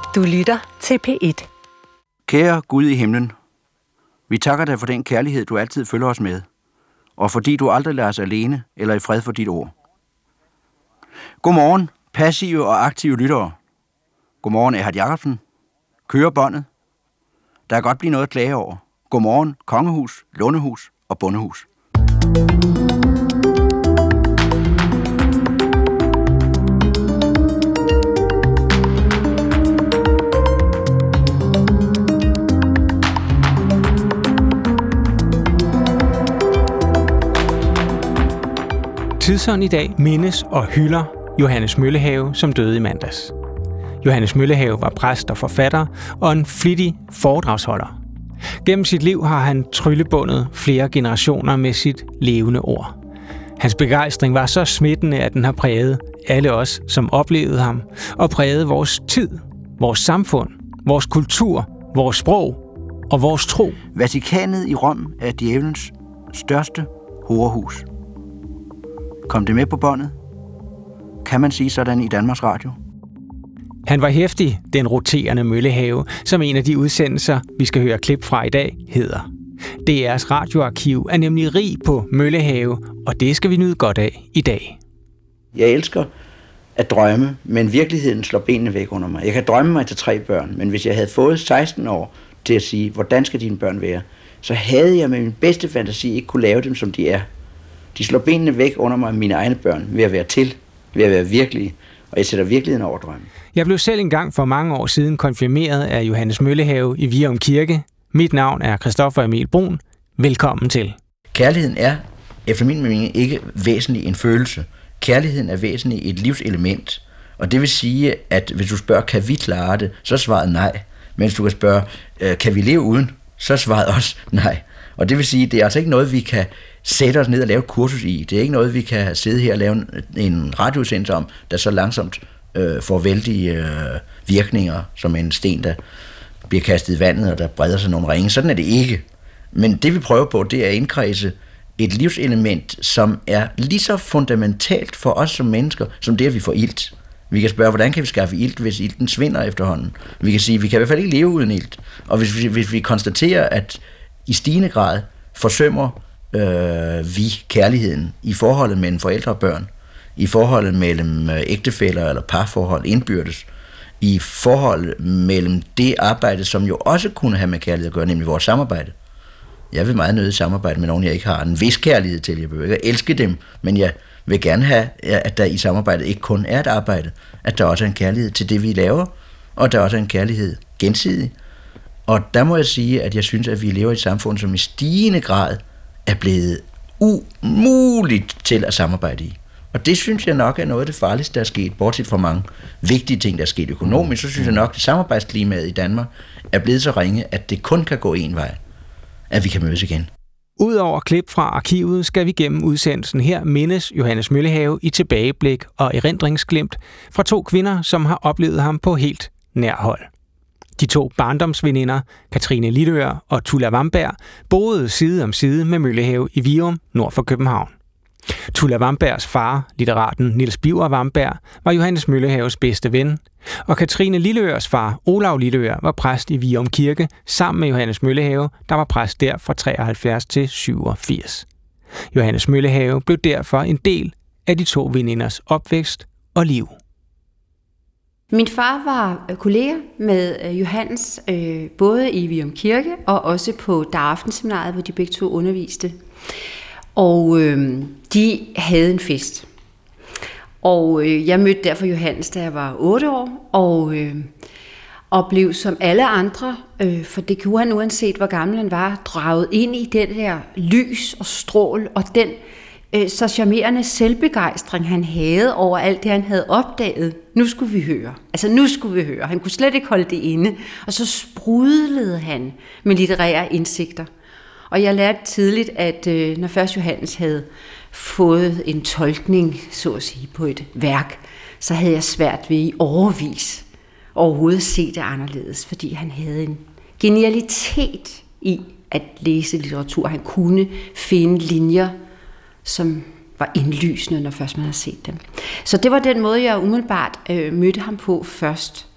Du lytter til P1. Kære Gud i himlen, vi takker dig for den kærlighed, du altid følger os med, og fordi du aldrig lader os alene eller i fred for dit ord. Godmorgen, passive og aktive lyttere. Godmorgen, Erhard Jacobsen. Kører båndet. Der kan godt blive noget at klage over. Godmorgen, kongehus, lånehus og bondehus. Tidsånd i dag mindes og hylder Johannes Møllehave, som døde i mandags. Johannes Møllehave var præst og forfatter og en flittig foredragsholder. Gennem sit liv har han tryllebundet flere generationer med sit levende ord. Hans begejstring var så smittende, at den har præget alle os, som oplevede ham, og præget vores tid, vores samfund, vores kultur, vores sprog og vores tro. Vatikanet i Rom er djævelens største horehus. Kom det med på båndet? Kan man sige sådan i Danmarks Radio? Han var heftig, den roterende Møllehave, som en af de udsendelser, vi skal høre klip fra i dag, hedder. DR's radioarkiv er nemlig rig på Møllehave, og det skal vi nyde godt af i dag. Jeg elsker at drømme, men virkeligheden slår benene væk under mig. Jeg kan drømme mig til 3 børn, men hvis jeg havde fået 16 år til at sige, hvordan skal dine børn være, så havde jeg med min bedste fantasi ikke kunne lave dem, som de er. De slår benene væk under mig, mine egne børn, ved at være til, ved at være virkelige, og jeg sætter virkeligheden over drømmen. Jeg blev selv engang for mange år siden konfirmeret af Johannes Møllehave i Virum Kirke. Mit navn er Christoffer Emil Brun. Velkommen til. Kærligheden er, efter min mening, ikke væsentlig en følelse. Kærligheden er væsentlig et livselement, og det vil sige, at hvis du spørger, kan vi klare det, så er svaret nej. Men hvis du kan spørge, kan vi leve uden, så er svaret også nej. Og det vil sige, det er altså ikke noget, vi kan sætte os ned og lave et kursus i. Det er ikke noget, vi kan sidde her og lave en radioudsendelse om, der så langsomt får vældige virkninger, som en sten, der bliver kastet i vandet, og der breder sig nogle ringe. Sådan er det ikke. Men det, vi prøver på, det er at indkredse et livselement, som er lige så fundamentalt for os som mennesker, som det, at vi får ilt. Vi kan spørge, hvordan kan vi skaffe ilt, hvis ilten svinder efterhånden? Vi kan sige, at vi kan i hvert fald ikke leve uden ilt. Og hvis vi konstaterer, at i stigende grad forsømmer vi kærligheden i forholdet mellem forældre og børn, i forholdet mellem ægtefæller eller parforhold indbyrdes, i forholdet mellem det arbejde, som jo også kunne have med kærlighed at gøre, nemlig vores samarbejde. Jeg vil meget nødigt samarbejde med nogen, jeg ikke har en vis kærlighed til. Jeg behøver ikke at elske dem, men jeg vil gerne have, at der i samarbejdet ikke kun er et arbejde, at der også er en kærlighed til det, vi laver, og der også er en kærlighed gensidig. Og der må jeg sige, at jeg synes, at vi lever i et samfund, som i stigende grad er blevet umuligt til at samarbejde i. Og det synes jeg nok er noget af det farligste, der er sket, bortset fra mange vigtige ting, der er sket økonomisk. Så synes jeg nok, at samarbejdsklimaet i Danmark er blevet så ringe, at det kun kan gå en vej, at vi kan mødes igen. Udover klip fra arkivet skal vi gennem udsendelsen her mindes Johannes Møllehave i tilbageblik og erindringsglimt fra 2 kvinder, som har oplevet ham på helt nær hold. De 2 barndomsveninder, Katrine Lilleør og Tulla Wamberg, boede side om side med Møllehave i Virum, nord for København. Tulla Wambergs far, litteraten Niels Biver Wamberg, var Johannes Møllehaves bedste ven, og Katrine Lilleørs far, Olav Lilleør, var præst i Virum Kirke sammen med Johannes Møllehave, der var præst der fra 73 til 87. Johannes Møllehave blev derfor en del af de 2 veninders opvækst og liv. Min far var kollega med Johannes, både i Virum Kirke og også på Daraftenseminariet, hvor de begge 2 underviste. Og de havde en fest. Og jeg mødte derfor Johannes, da jeg var 8 år, og blev som alle andre, for det kunne han uanset hvor gammel han var, draget ind i den her lys og strål, og den så charmerende selvbegejstring, han havde over alt det, han havde opdaget. Nu skulle vi høre. Han kunne slet ikke holde det inde. Og så sprudlede han med litterære indsigter. Og jeg lærte tidligt, at når først Johannes havde fået en tolkning, så at sige, på et værk, så havde jeg svært ved i årevis overhovedet se det anderledes, fordi han havde en genialitet i at læse litteratur. Han kunne finde linjer, som var indlysende, når først man havde set dem. Så det var den måde, jeg umiddelbart mødte ham på først.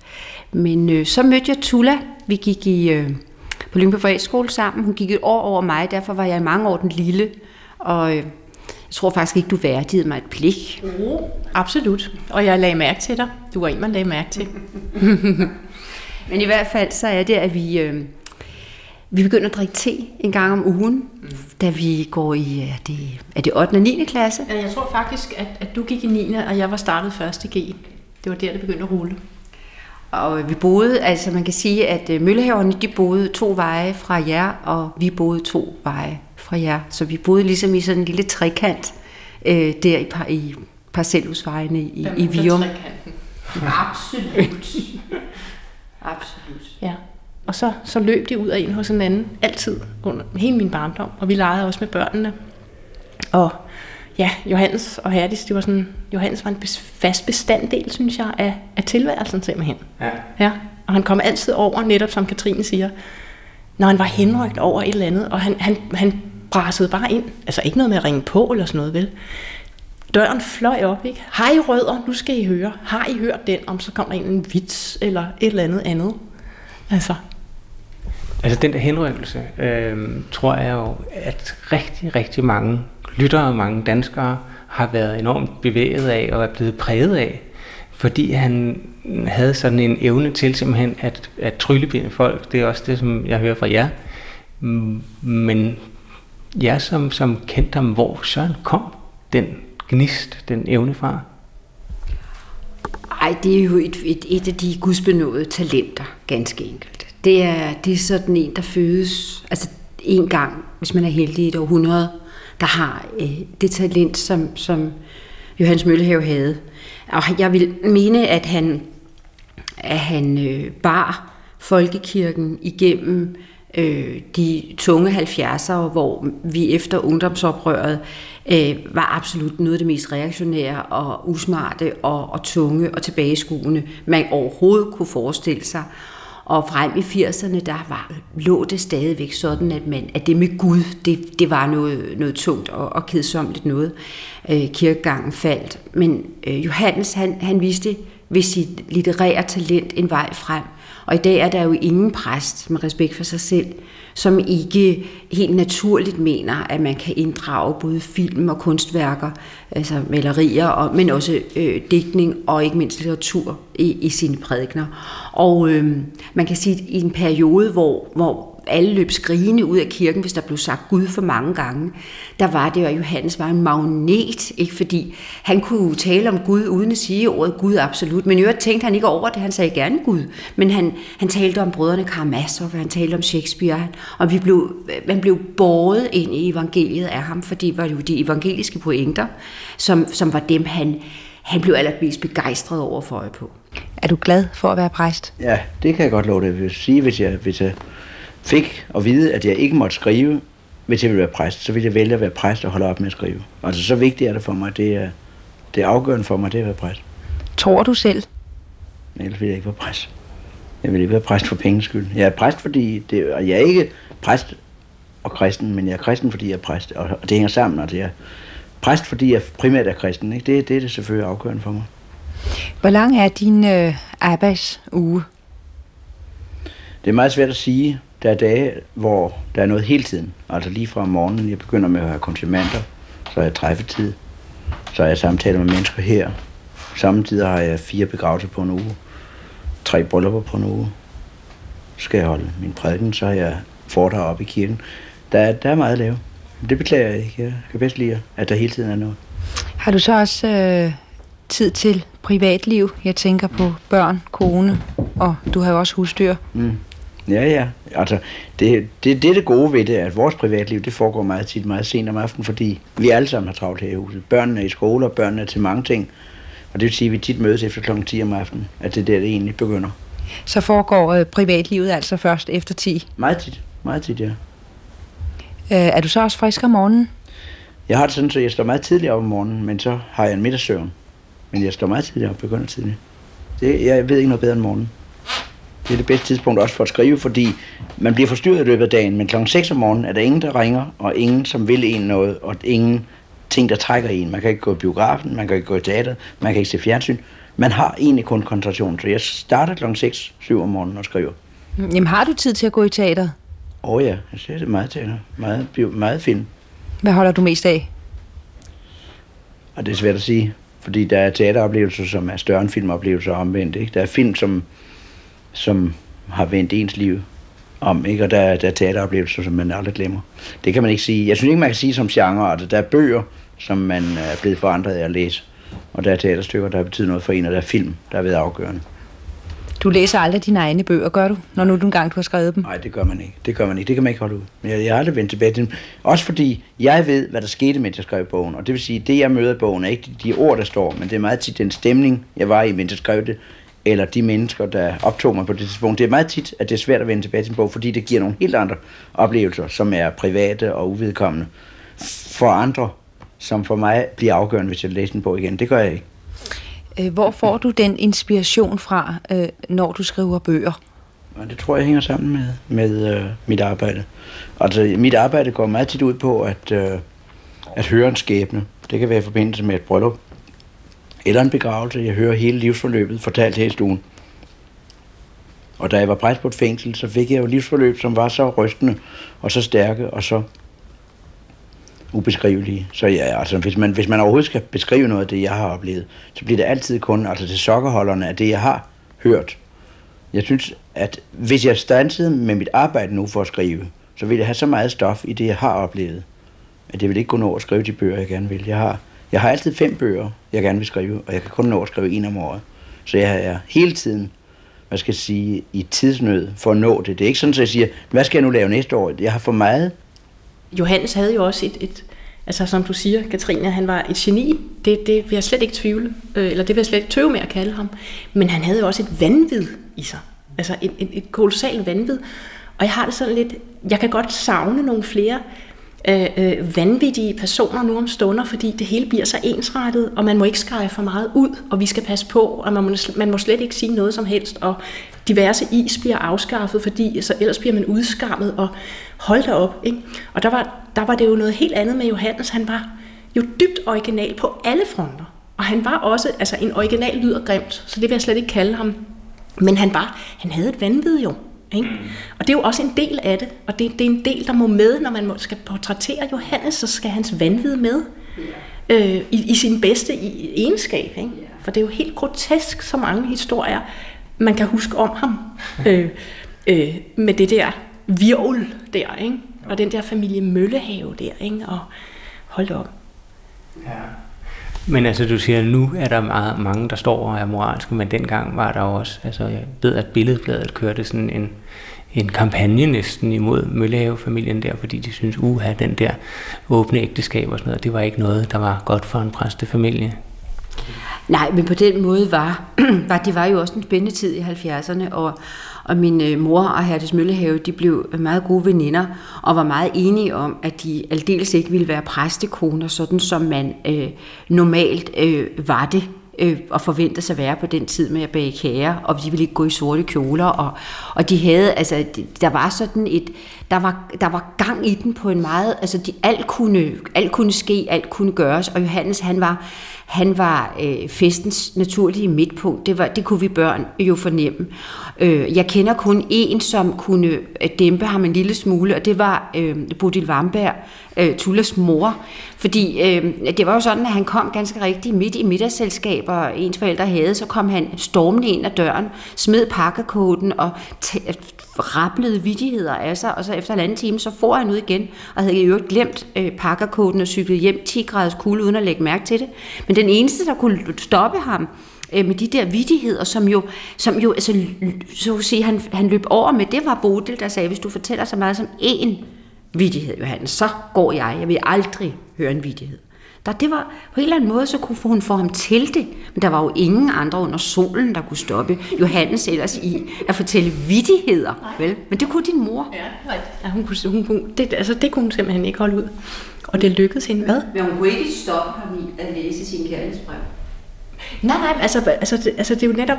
Men så mødte jeg Tulla. Vi gik på Lyngby Privatskole sammen. Hun gik et år over mig, derfor var jeg i mange år den lille. Og jeg tror faktisk ikke, du værdigede mig et blik. Absolut. Og jeg lagde mærke til dig. Du var en, man lagde mærke til. Men i hvert fald så er det, at vi begynder at drikke te en gang om ugen, da vi går i, er det 8. og 9. klasse? Ja, jeg tror faktisk, at du gik i 9. og jeg var startet først i G. Det var der, det begyndte at rulle. Og vi boede, altså man kan sige, at Møllehaverne, de boede 2 veje fra jer, og vi boede 2 veje fra jer. Så vi boede ligesom i sådan en lille trekant der i parcelhusvejene i Virum. Absolut. Absolut. Ja. Og så løb de ud af en hos en anden, altid, under hele min barndom. Og vi legede også med børnene. Og ja, Johannes og Herdis, det var sådan, Johannes var en fast bestanddel, synes jeg, af tilværelsen simpelthen. Ja. Og han kom altid over, netop som Katrine siger, når han var henrygt over et eller andet, og han brassede bare ind. Altså ikke noget med at ringe på eller sådan noget, vel? Døren fløj op, ikke? Hej rødder, nu skal I høre. Har I hørt den? Om så kommer der en vits eller et eller andet. Altså den der henrykkelse, tror jeg jo, at rigtig, rigtig mange lyttere og mange danskere har været enormt bevæget af og er blevet præget af, fordi han havde sådan en evne til simpelthen at tryllebinde folk. Det er også det, som jeg hører fra jer. Men jeg som kendte ham, hvor Søren kom den gnist, den evne fra? Ej, det er jo et af de gudsbenåede talenter, ganske enkelt. Det er sådan en, der fødes, altså en gang, hvis man er heldig i et århundrede, der har det talent, som Johannes Møllehave havde. Og jeg vil mene, at han bar folkekirken igennem de tunge 70'ere, hvor vi efter ungdomsoprøret var absolut noget af det mest reaktionære og usmarte og tunge og tilbageskuende, man overhovedet kunne forestille sig. Og frem i 80'erne, der lå det stadigvæk sådan, at det med Gud, det var noget tungt og kedsommeligt noget. Kirkegangen faldt. Men Johannes, han viste ved sit litterære talent en vej frem. Og i dag er der jo ingen præst med respekt for sig selv, som ikke helt naturligt mener, at man kan inddrage både film og kunstværker, altså malerier, men også digtning og ikke mindst litteratur i sine prædikener. Og man kan sige, at i en periode, hvor alle løb skrigende ud af kirken, hvis der blev sagt Gud for mange gange, der var det, at Johannes var en magnet, ikke? Fordi han kunne tale om Gud uden at sige ordet Gud absolut, men i øvrigt tænkte han ikke over det, han sagde gerne Gud, men han talte om brødrene Karamazov, han talte om Shakespeare, og man blev båret ind i evangeliet af ham, fordi det var jo de evangeliske pointer, som var dem, han blev allermest begejstret over for øje på. Er du glad for at være præst? Ja, det kan jeg godt love det. Jeg vil sige, hvis jeg fik at vide, at jeg ikke måtte skrive, hvis jeg ville være præst, så ville jeg vælge at være præst og holde op med at skrive. Altså så vigtigt er det for mig, det er afgørende for mig, det er at være præst. Tror du selv? Ellers vil jeg ikke være præst. Jeg vil ikke være præst for pengens skyld. Jeg er præst, fordi og jeg er ikke præst og kristen, men jeg er kristen, fordi jeg er præst, og det hænger sammen. Altså jeg er præst, fordi jeg primært er kristen. Ikke? Det er det selvfølgelig afgørende for mig. Hvor lang er din arbejdsuge? Det er meget svært at sige. Der er dage, hvor der er noget hele tiden. Altså lige fra morgenen, jeg begynder med at have konfirmander, så har jeg træffetid, så har jeg samtaler med mennesker her. Samtidig har jeg 4 begravelser på en uge, 3 bryllupper på en uge. Så skal jeg holde min prædiken, så har jeg foredrag op i kirken. Der er meget at lave. Det beklager jeg ikke. Jeg kan bedst lide, at der hele tiden er noget. Har du så også tid til privatliv? Jeg tænker på børn, kone, og du har jo også husdyr. Ja. Altså, det er det gode ved det, at vores privatliv, det foregår meget tit, meget sent om aftenen, fordi vi alle sammen har travlt her i huset. Børnene er i skole, og børnene er til mange ting. Og det vil sige, at vi tit mødes efter kl. 10 om aftenen, at det er der, det egentlig begynder. Så foregår privatlivet altså først efter 10? Meget tit, ja. Er du så også frisk om morgenen? Jeg har det sådan, så jeg står meget tidligt op om morgenen, men så har jeg en middagssøvn. Men jeg står meget tidligt op og begynder tidligt. Jeg ved ikke noget bedre end morgenen. Det er det bedste tidspunkt også for at skrive, fordi man bliver forstyrret i løbet af dagen, men kl. 6 om morgenen er der ingen, der ringer, og ingen, som vil en noget, og ingen ting, der trækker en. Man kan ikke gå i biografen, man kan ikke gå i teateret, man kan ikke se fjernsyn, Man har egentlig kun koncentration, så jeg starter kl. 6-7 om morgenen og skriver. Jamen, har du tid til at gå i teater? Ja, jeg ser det meget teater. Meget film. Hvad holder du mest af? Og det er svært at sige, fordi der er teateroplevelser, som er større end filmoplevelser omvendt. Ikke? Der er film, som har vendt ens liv om, ikke? Og der er teateroplevelser, som man aldrig glemmer. Det kan man ikke sige. Jeg synes ikke, man kan sige som genre. Altså, der er bøger, som man er blevet forandret af at læse. Og der er teaterstykker, der har betydet noget for en, og der er film, der har været afgørende. Du læser aldrig dine egne bøger, gør du? Når nu engang du har skrevet dem? Nej, det gør man ikke. Det kan man ikke holde ud. Men jeg har aldrig vendt tilbage til dem. Også fordi jeg ved, hvad der skete, mens jeg skrev bogen. Og det vil sige, det jeg møder i bogen er ikke de ord, der står, men det er meget tit den stemning, jeg var i, mens jeg skrev det, eller de mennesker, der optog mig på det tidspunkt. Det er meget tit, at det er svært at vende tilbage til en bog, fordi det giver nogle helt andre oplevelser, som er private og uvedkommende. For andre, som for mig bliver afgørende, hvis jeg læser en bog igen. Det gør jeg ikke. Hvor får du den inspiration fra, når du skriver bøger? Det tror jeg hænger sammen med mit arbejde. Altså, mit arbejde går meget tit ud på at høre en skæbne. Det kan være i forbindelse med et bryllup eller en begravelse. Jeg hører hele livsforløbet fortalt her i stuen. Og da jeg var præst på et fængsel, så fik jeg jo livsforløb, som var så rystende og så stærke og så ubeskrivelige. Så ja, altså, hvis man overhovedet skal beskrive noget af det, jeg har oplevet, så bliver det altid kun til sokkerholderne af det, jeg har hørt. Jeg synes, at hvis jeg standsede med mit arbejde nu for at skrive, så ville jeg have så meget stof i det, jeg har oplevet, at jeg vil ikke kunne nå at skrive de bøger, jeg gerne vil. Jeg har altid 5 bøger, jeg gerne vil skrive, og jeg kan kun nå at skrive 1 om året. Så jeg er hele tiden, i tidsnød for at nå det. Det er ikke sådan, at jeg siger, hvad skal jeg nu lave næste år? Jeg har for meget. Johannes havde jo også altså som du siger, Katrine, han var et geni. Det vil jeg slet ikke tvivle, eller det vil jeg slet ikke tøve med at kalde ham. Men han havde jo også et vanvid i sig. Altså et kolossalt vanvid. Og jeg har det sådan lidt, jeg kan godt savne nogle flere vanvittige personer nu om stunder, fordi det hele bliver så ensrettet, og man må ikke skræje for meget ud, og vi skal passe på, og man må slet ikke sige noget som helst, og diverse is bliver afskaffet, fordi så ellers bliver man udskammet, og hold da op, ikke? Og der var det jo noget helt andet med Johannes. Han var jo dybt original på alle fronter, og han var også, altså en original lyder grimt, så det vil jeg slet ikke kalde ham, men han havde et vanvid jo. Ikke? Og det er jo også en del af det, og det er en del, der må med, når man skal portrættere Johannes, så skal hans vanvid med i sin bedste egenskab. Ikke? For det er jo helt grotesk, så mange historier, man kan huske om ham, med det der virvel der, ikke? Og den der familie Møllehave der, ikke? Og hold op. Ja. Men altså, du siger, nu er der meget, mange, der står og er moralske, men dengang var der også, altså jeg ved, at Billedbladet kørte sådan en kampagne næsten imod Møllehave-familien der, fordi de synes, den der åbne ægteskab og sådan noget, det var ikke noget, der var godt for en præstefamilie. Nej, men på den måde det var jo også en spændende tid i 70'erne, og min mor og Herdis Møllehave, de blev meget gode veninder, og var meget enige om, at de aldeles ikke ville være præstekoner, sådan som man normalt var det, og forventede sig at være på den tid med at bage kager, og de ville ikke gå i sorte kjoler, og de havde, altså, der var sådan der var gang i den på en meget, altså alt kunne ske, alt kunne gøres, og Johannes, han var festens naturlige midtpunkt. Det kunne vi børn jo fornemme. Jeg kender kun en, som kunne dæmpe ham en lille smule, og det var Bodil Wamberg, Tullas mor. Fordi det var jo sådan, at han kom ganske rigtigt midt i middagsselskaber, ens forældre havde, så kom han stormende ind ad døren, smed pakkekoden og rablede vittigheder af sig, og så efter 1,5 time, så får han ud igen, og havde i øvrigt glemt pakkekoden og cyklede hjem 10 graders kulde, uden at lægge mærke til det. Men den eneste, der kunne stoppe ham med de der vittigheder, som jo altså, så at sige, han løb over med, det var Bodil, der sagde, hvis du fortæller så meget som én vittighed, Johannes, så går jeg vil aldrig høre en vittighed. Det var på en eller anden måde, så kunne hun få ham til det, men der var jo ingen andre under solen, der kunne stoppe Johannes ellers i at fortælle vittigheder, vel? Men det kunne din mor. Ja, det kunne hun simpelthen ikke holde ud. Og det lykkedes hende, hvad? Men hun kunne ikke stoppe ham i at læse sin kærlighedsbrev. Nej, altså det er jo netop,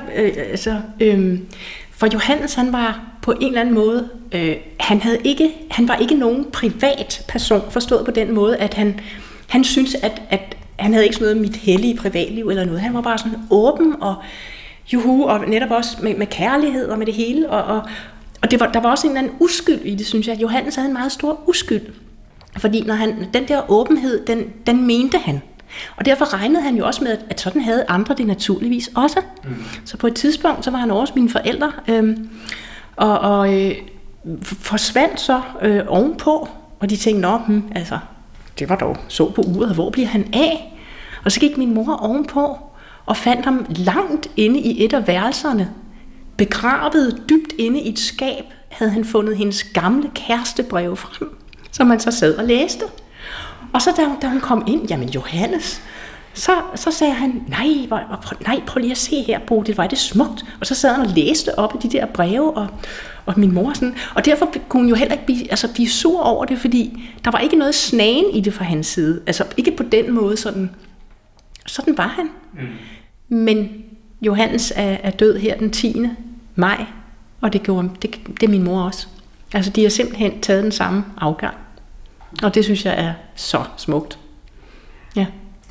for Johannes, han var på en eller anden måde, han var ikke nogen privat person, forstået på den måde, at han synes, at han havde ikke sådan noget mit hellige privatliv eller noget. Han var bare sådan åben og juhu, og netop også med kærlighed og med det hele. Og der var også en eller anden uskyld i det, synes jeg. Johannes havde en meget stor uskyld. Fordi når den der åbenhed, den mente han. Og derfor regnede han jo også med, at sådan havde andre det naturligvis også. Så på et tidspunkt, så var han over hos mine forældre, og forsvandt så ovenpå. Og de tænkte, altså, det var dog så på uret, hvor bliver han af? Og så gik min mor ovenpå og fandt ham langt inde i et af værelserne. Begravet dybt inde i et skab, havde han fundet hendes gamle kærestebrev frem, som han så sad og læste. Og så da hun kom ind, jamen Johannes, så sagde han, nej, prøv lige at se her, Bodil, hvor er det smukt. Og så sad han og læste op af de der breve, og min mor sådan. Og derfor kunne hun jo heller ikke blive sur over det, fordi der var ikke noget snagen i det fra hans side. Altså ikke på den måde, sådan var han. Men Johannes er død her den 10. maj, og det er min mor også. Altså de har simpelthen taget den samme afgang. Og det synes jeg er så smukt. Ja.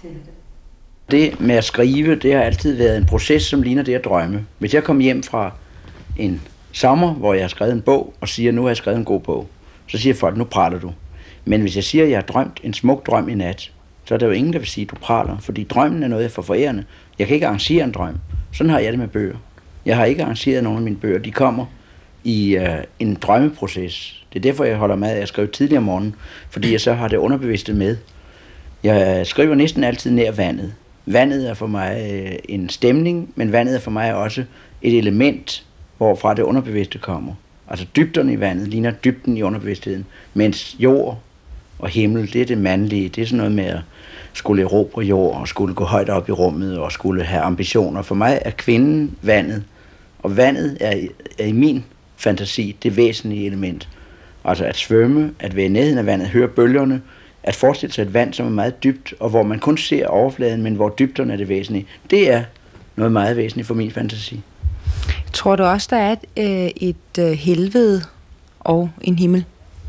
Det med at skrive, det har altid været en proces, som ligner det at drømme. Hvis jeg kommer hjem fra en sommer, hvor jeg har skrevet en bog, og siger, nu har jeg skrevet en god bog, så siger folk, nu praler du. Men hvis jeg siger, at jeg har drømt en smuk drøm i nat, så er der jo ingen, der vil sige, at du praler, fordi drømmen er noget, jeg får forærende. Jeg kan ikke arrangere en drøm. Sådan har jeg det med bøger. Jeg har ikke arrangeret nogen af mine bøger. De kommer i en drømmeproces. Det er derfor, jeg holder med, at jeg skriver tidligere om morgenen, fordi jeg så har det underbevidste med. Jeg skriver næsten altid nær vandet. Vandet er for mig en stemning, men vandet er for mig også et element, hvorfra det underbevidste kommer. Altså dybderne i vandet ligner dybden i underbevidstheden, mens jord og himmel, det er det mandlige. Det er sådan noget med at skulle erobre jord, og skulle gå højt op i rummet, og skulle have ambitioner. For mig er kvinden vandet, og vandet er i min fantasi det væsentlige element. Altså at svømme, at være i nærheden af vandet, høre bølgerne, at forestille sig et vand, som er meget dybt, og hvor man kun ser overfladen, men hvor dybderne er det væsentlige. Det er noget meget væsentligt for min fantasi. Tror du også, der er et helvede og en himmel?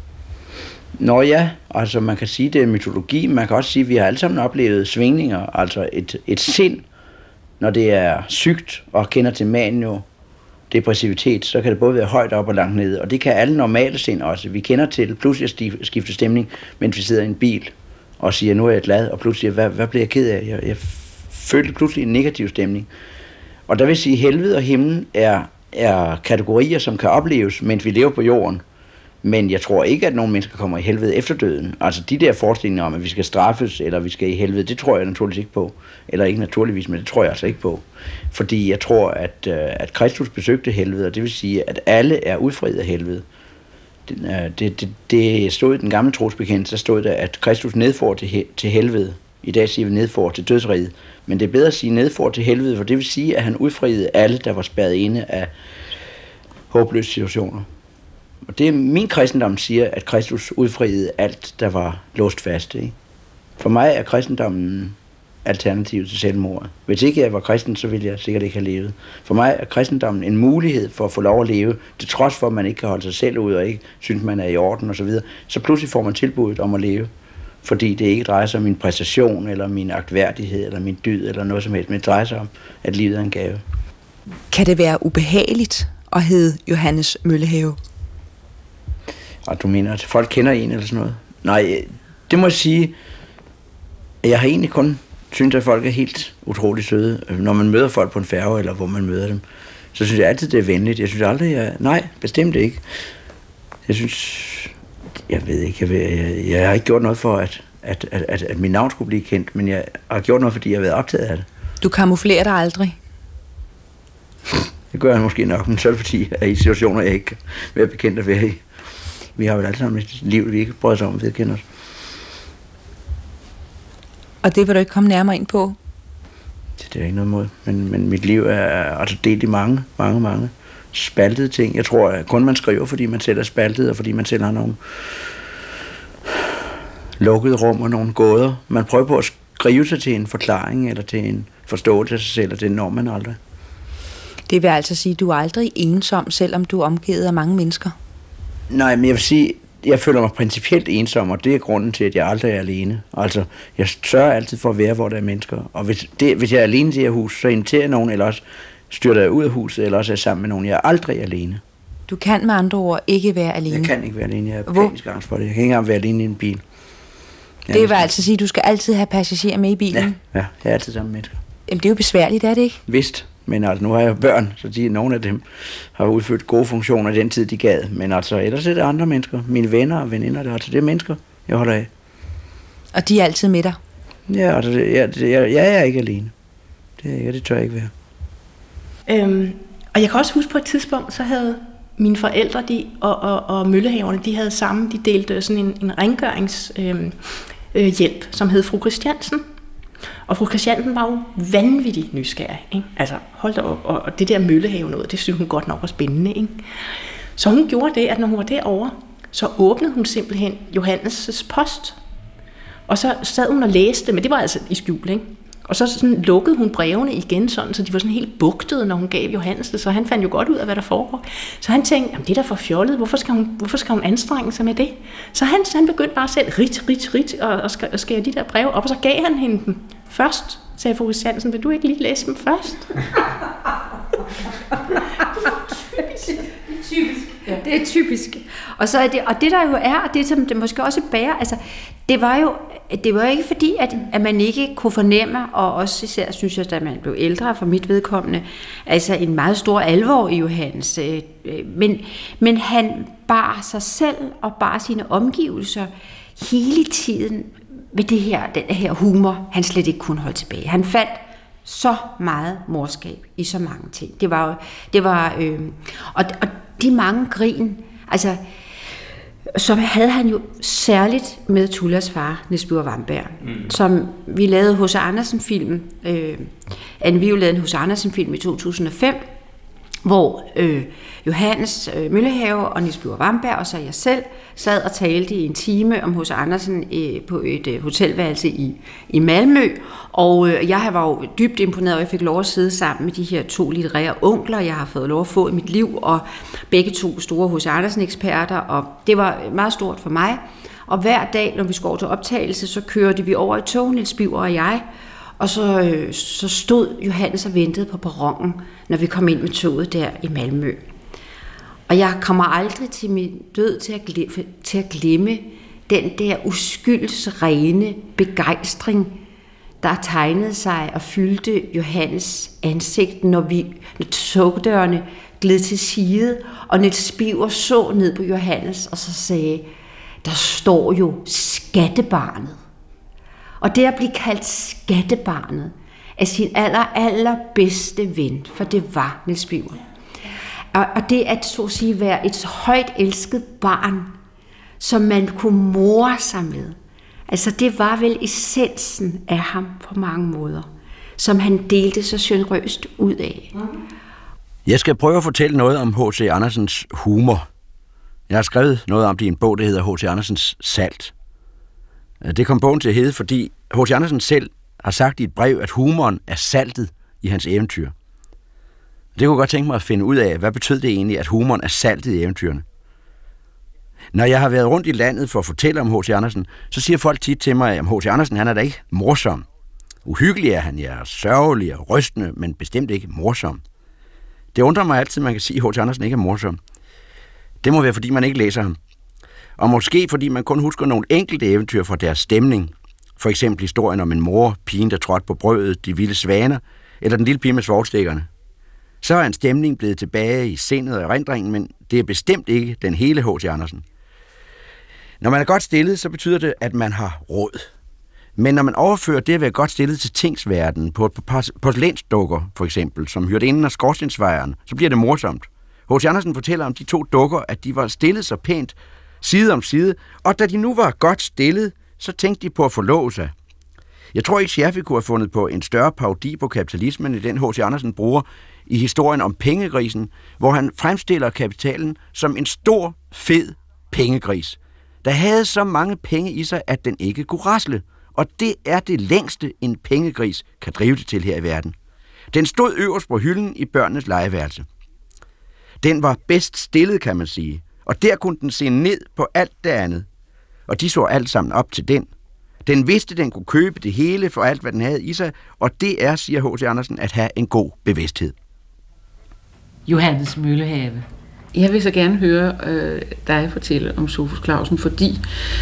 Nå ja, altså man kan sige, det er mytologi, man kan også sige, at vi har alle sammen oplevet svingninger, altså et sind, når det er sygt og kender til mano, depressivitet, så kan det både være højt op og langt nede, og det kan alle normale sind også. Vi kender til pludselig at skifte stemning, mens vi sidder i en bil og siger, nu er jeg glad, og pludselig, hvad bliver jeg ked af? Jeg følte pludselig en negativ stemning. Og der vil sige, at helvede og himmel er kategorier, som kan opleves, mens vi lever på jorden. Men jeg tror ikke, at nogen mennesker kommer i helvede efter døden. Altså de der forestillinger om, at vi skal straffes, eller vi skal i helvede, det tror jeg naturligvis ikke på. Eller ikke naturligvis, men det tror jeg altså ikke på. Fordi jeg tror, at Kristus besøgte helvede, og det vil sige, at alle er udfriet af helvede. Det stod i den gamle trosbekendelse, der stod der, at Kristus nedfor til helvede. I dag siger vi nedfor til dødsriget. Men det er bedre at sige nedfor til helvede, for det vil sige, at han udfriede alle, der var spærret inde af håbløse situationer. Og det er min kristendom siger, at Kristus udfriede alt, der var låst fast. Ikke? For mig er kristendommen alternativet til selvmord. Hvis ikke jeg var kristen, så ville jeg sikkert ikke have levet. For mig er kristendommen en mulighed for at få lov at leve, til trods for, at man ikke kan holde sig selv ud og ikke synes, man er i orden osv. Så pludselig får man tilbuddet om at leve. Fordi det ikke drejer sig om min præstation, eller min agtværdighed, eller min dyd, eller noget som helst. Men det drejer sig om, at livet er en gave. Kan det være ubehageligt at hedde Johannes Møllehave? Og du mener, at folk kender en eller sådan noget? Nej, det må jeg sige, at jeg har egentlig kun synes, at folk er helt utroligt søde. Når man møder folk på en færge, eller hvor man møder dem, så synes jeg altid, det er venligt. Jeg synes aldrig, nej, bestemt ikke. Jeg synes, jeg ved ikke, jeg har ikke gjort noget for, at mit navn skulle blive kendt, men jeg har gjort noget, fordi jeg har været optaget af det. Du kamuflerer dig aldrig? Det gør jeg måske nok, men selv fordi jeg er i situationer, jeg ikke kan være bekendt at være i. Vi har jo alle sammen et liv, vi ikke bryder sig om, at vedkende os. Og det vil du ikke komme nærmere ind på? Det er ikke noget mod. Men mit liv er altså delt i mange spaltede ting. Jeg tror at kun man skriver, fordi man selv er spaltet, og fordi man selv har nogle lukkede rum og nogle gåder. Man prøver på at skrive sig til en forklaring, eller til en forståelse af sig selv, og det når man aldrig. Det vil altså sige, at du er aldrig ensom, selvom du er omgivet af mange mennesker? Nej, men jeg vil sige, jeg føler mig principielt ensom, og det er grunden til, at jeg aldrig er alene. Altså, jeg sørger altid for at være, hvor der er mennesker. Og hvis jeg er alene i det her hus, så inviterer jeg nogen, eller også styrter jeg ud af huset, eller også er sammen med nogen. Jeg er aldrig alene. Du kan med andre ord ikke være alene? Jeg kan ikke være alene. Jeg er panisk angst for det. Jeg kan ikke engang være alene i en bil. Det vil altså sige, at du skal altid have passagerer med i bilen? Ja, jeg er altid sammen med mennesker. Jamen, det er jo besværligt, er det ikke? Vist. Men altså, nu har jeg børn, så nogle af dem har udført gode funktioner i den tid, de gad. Men altså, ellers er det andre mennesker. Mine venner og veninder, det er mennesker, jeg holder af. Og de er altid med dig? Ja, altså, jeg er ikke alene. Det tør jeg ikke være. Og jeg kan også huske på et tidspunkt, så havde mine forældre og møllehaverne, de havde sammen, de delte sådan en rengøringshjælp, som hed fru Christiansen. Og fru Christiansen var jo vanvittigt nysgerrig, ikke? Altså, hold da op, og det der møllehave noget, det synes hun godt nok var spændende, ikke? Så hun gjorde det, at når hun var derovre, så åbnede hun simpelthen Johannes' post. Og så sad hun og læste, men det var altså i skjul, ikke? Og så sådan lukkede hun brevene igen, sådan, så de var sådan helt bugtede, når hun gav Johannes det, så han fandt jo godt ud af, hvad der foregår. Så han tænkte, jamen det er da for fjollet, hvorfor skal hun anstrenge sig med det? Så han begyndte bare selv rit, og skære de der breve op, og så gav han hende dem først, sagde fru Christiansen, vil du ikke lige læse dem først? Typisk. Ja. Det er typisk. Og så er det, og det der jo er, og det som det måske også bærer, altså det var jo ikke fordi, at man ikke kunne fornemme, og også især synes jeg, da man blev ældre for mit vedkommende, altså en meget stor alvor i Johannes. Men han bar sig selv og bar sine omgivelser hele tiden med den her humor, han slet ikke kunne holde tilbage. Han fandt så meget morskab i så mange ting. Og de mange grin, altså, så havde han jo særligt med Tullas far, Niels Biver Wamberg, som vi lavede H.C. Andersen-film, Anne Vive lavede en H.C. Andersen-film i 2005, hvor Johannes Møllehave og Niels Biver Wamberg og så jeg selv sad og talte i en time om H.C. Andersen på et hotelværelse i Malmø, og jeg var jo dybt imponeret, og jeg fik lov at sidde sammen med de her 2 litterære onkler, jeg har fået lov at få i mit liv, og begge 2 store H.C. Andersen-eksperter, og det var meget stort for mig. Og hver dag, når vi skulle over til optagelse, så kørte vi over i tog, Niels Biver og jeg, og så stod Johannes og ventede på perronen, når vi kom ind med toget der i Malmø. Og jeg kommer aldrig til min død til at glemme den der uskyldsrene begejstring, der tegnede sig og fyldte Johannes ansigt, når togdørene gled til side, og Niels Biver så ned på Johannes og så sagde, der står jo skattebarnet. Og det at blive kaldt skattebarnet af sin allerbedste ven, for det var Niels Biver. Og det at så at sige være et så højt elsket barn, som man kunne more sig med. Altså det var vel essensen af ham på mange måder, som han delte så generøst ud af. Jeg skal prøve at fortælle noget om H.C. Andersens humor. Jeg har skrevet noget om det i en bog, der hedder H.C. Andersens Salt. Det kom bogen til at hedde, fordi H.C. Andersen selv har sagt i et brev, at humoren er saltet i hans eventyr. Det kunne jeg godt tænke mig at finde ud af, hvad betød det egentlig, at humoren er saltet i eventyrene. Når jeg har været rundt i landet for at fortælle om H.C. Andersen, så siger folk tit til mig, at H.C. Andersen han er da ikke morsom. Uhyggelig er han, ja, sørgelig og rystende, men bestemt ikke morsom. Det undrer mig altid, at man kan sige, at H.C. Andersen ikke er morsom. Det må være, fordi man ikke læser ham. Og måske fordi man kun husker nogle enkelte eventyr fra deres stemning. For eksempel historien om en mor, pigen der trådte på brødet, de vilde svaner, eller den lille pige med svovlstikkerne. Så er en stemning blevet tilbage i sindet og erindringen, men det er bestemt ikke den hele H.C. Andersen. Når man er godt stillet, så betyder det, at man har råd. Men når man overfører det at være godt stillet til tingsverdenen, på et porcelænsdukker for eksempel, som hørte inden af skorstensfejeren, så bliver det morsomt. H.C. Andersen fortæller om de 2 dukker, at de var stillet så pænt side om side, og da de nu var godt stillet, så tænkte de på at forlove sig. Jeg tror ikke, Scherfig kunne have fundet på en større parodi på kapitalismen, end den H.C. Andersen bruger i historien om pengegrisen, hvor han fremstiller kapitalen som en stor, fed pengegris, der havde så mange penge i sig, at den ikke kunne rasle. Og det er det længste, en pengegris kan drive det til her i verden. Den stod øverst på hylden i børnenes legeværelse. Den var bedst stillet, kan man sige, Og der kunne den se ned på alt det andet. Og de så alt sammen op til den. Den vidste, den kunne købe det hele for alt, hvad den havde i sig, og det er, siger H.C. Andersen, at have en god bevidsthed. Johannes Møllehave. Jeg vil så gerne høre dig fortælle om Sophus Clausen, fordi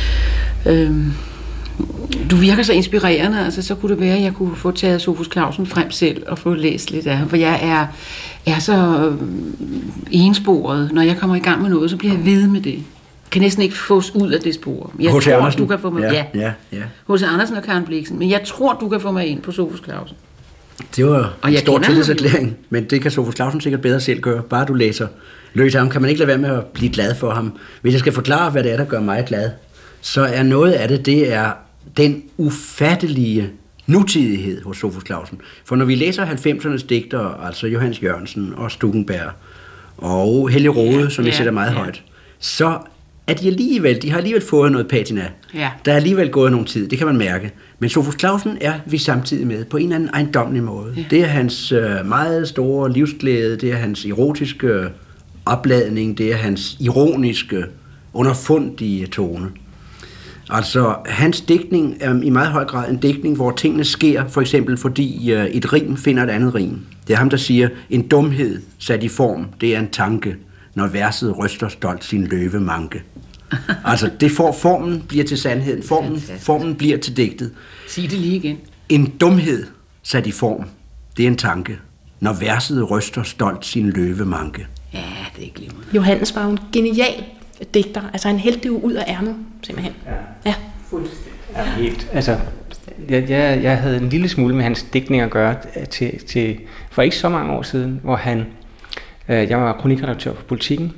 du virker så inspirerende, altså så kunne det være, at jeg kunne få taget Sophus Clausen frem selv og få læst lidt af ham, for jeg er så ensporet. Når jeg kommer i gang med noget, så bliver jeg ved med det. Jeg kan næsten ikke fås ud af det spor. Jeg H.C. tror, Andersen. du kan få mig... Ja. H.C. Andersen og Karen Blixen, men jeg tror, du kan få mig ind på Sophus Clausen. Det var Og en jeg stor kender tillidserklæring, men det kan Sophus Clausen sikkert bedre selv gøre. Bare du læser løs af ham, kan man ikke lade være med at blive glad for ham. Hvis jeg skal forklare, hvad det er, der gør mig glad, så er noget af det er den ufattelige nutidighed hos Sophus Clausen. For når vi læser 90'ernes digtere, altså Johannes Jørgensen og Stuckenberg og Helge Rode, som vi sætter meget højt, så er de har alligevel fået noget patina. Ja. Der er alligevel gået nogen tid, det kan man mærke. Men Sophus Clausen er vi samtidig med på en eller anden ejendommelig måde. Ja. Det er hans meget store livsglæde, det er hans erotiske opladning, det er hans ironiske, underfundige tone. Altså, hans digtning er i meget høj grad en digtning, hvor tingene sker, for eksempel fordi et rim finder et andet rim. Det er ham, der siger, en dumhed sat i form, det er en tanke, når verset ryster stolt sin løvemanke. Altså, formen bliver til sandheden, formen bliver til digtet. Sig det lige igen. En dumhed sat i form, det er en tanke, når verset ryster stolt sin løvemanke. Ja, det er glimrende. Johannes var jo en genial digter. Altså, han hældte det jo ud af ærmet, simpelthen. Ja. Fuldstændig. Ja, helt. Altså, jeg havde en lille smule med hans digtning at gøre for ikke så mange år siden, hvor jeg var kronikredaktør på Politiken,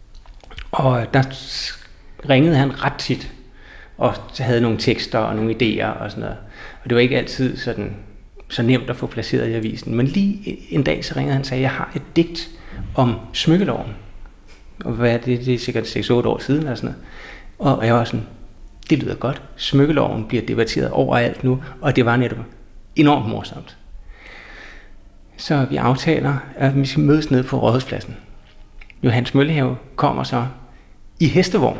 og der ringede han ret tit, og havde nogle tekster og nogle idéer og sådan noget. Og det var ikke altid så nemt at få placeret i avisen. Men lige en dag så ringede han og sagde, jeg har et digt om smykkeloven. Og hvad er det? Det er sikkert 6-8 år siden eller sådan noget. Og jeg var sådan, det lyder godt. Smykkeloven bliver debatteret overalt nu, og det var netop enormt morsomt. Så vi aftaler, at vi skal mødes nede på Rådhuspladsen. Johannes Møllehave kommer så i hestevogn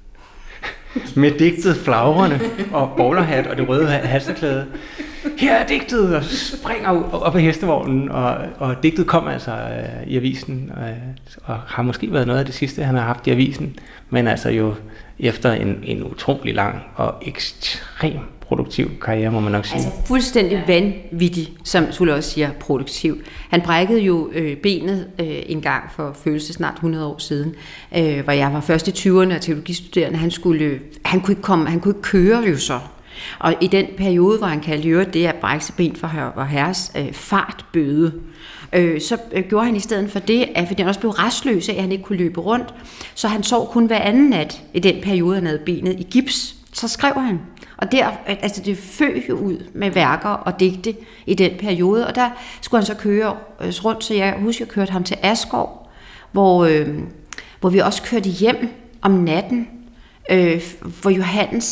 med digtet Flagrende og bowlerhat og det røde halsterklæde. Her er digtet, og springer op af hestevognen, og digtet kom altså i avisen, og har måske været noget af det sidste, han har haft i avisen, men altså jo efter en utrolig lang og ekstrem produktiv karriere, må man nok sige. Altså fuldstændig vanvittig, som Tulle også siger, produktiv. Han brækkede jo benet en gang for følelse snart 100 år siden, hvor jeg var først i 20'erne og teologistuderende. Han kunne ikke køre jo så. Og i den periode, hvor han kaldte det at brække sig ben for herres fartbøde, så gjorde han i stedet for det, at fordi han også blev restløs af, at han ikke kunne løbe rundt, så han sov kun hver anden nat i den periode, han havde benet i gips. Så skrev han. Og det føg jo ud med værker og digte i den periode, og der skulle han så køre rundt, så jeg husker, jeg kørte ham til Askov, hvor vi også kørte hjem om natten, hvor Johannes,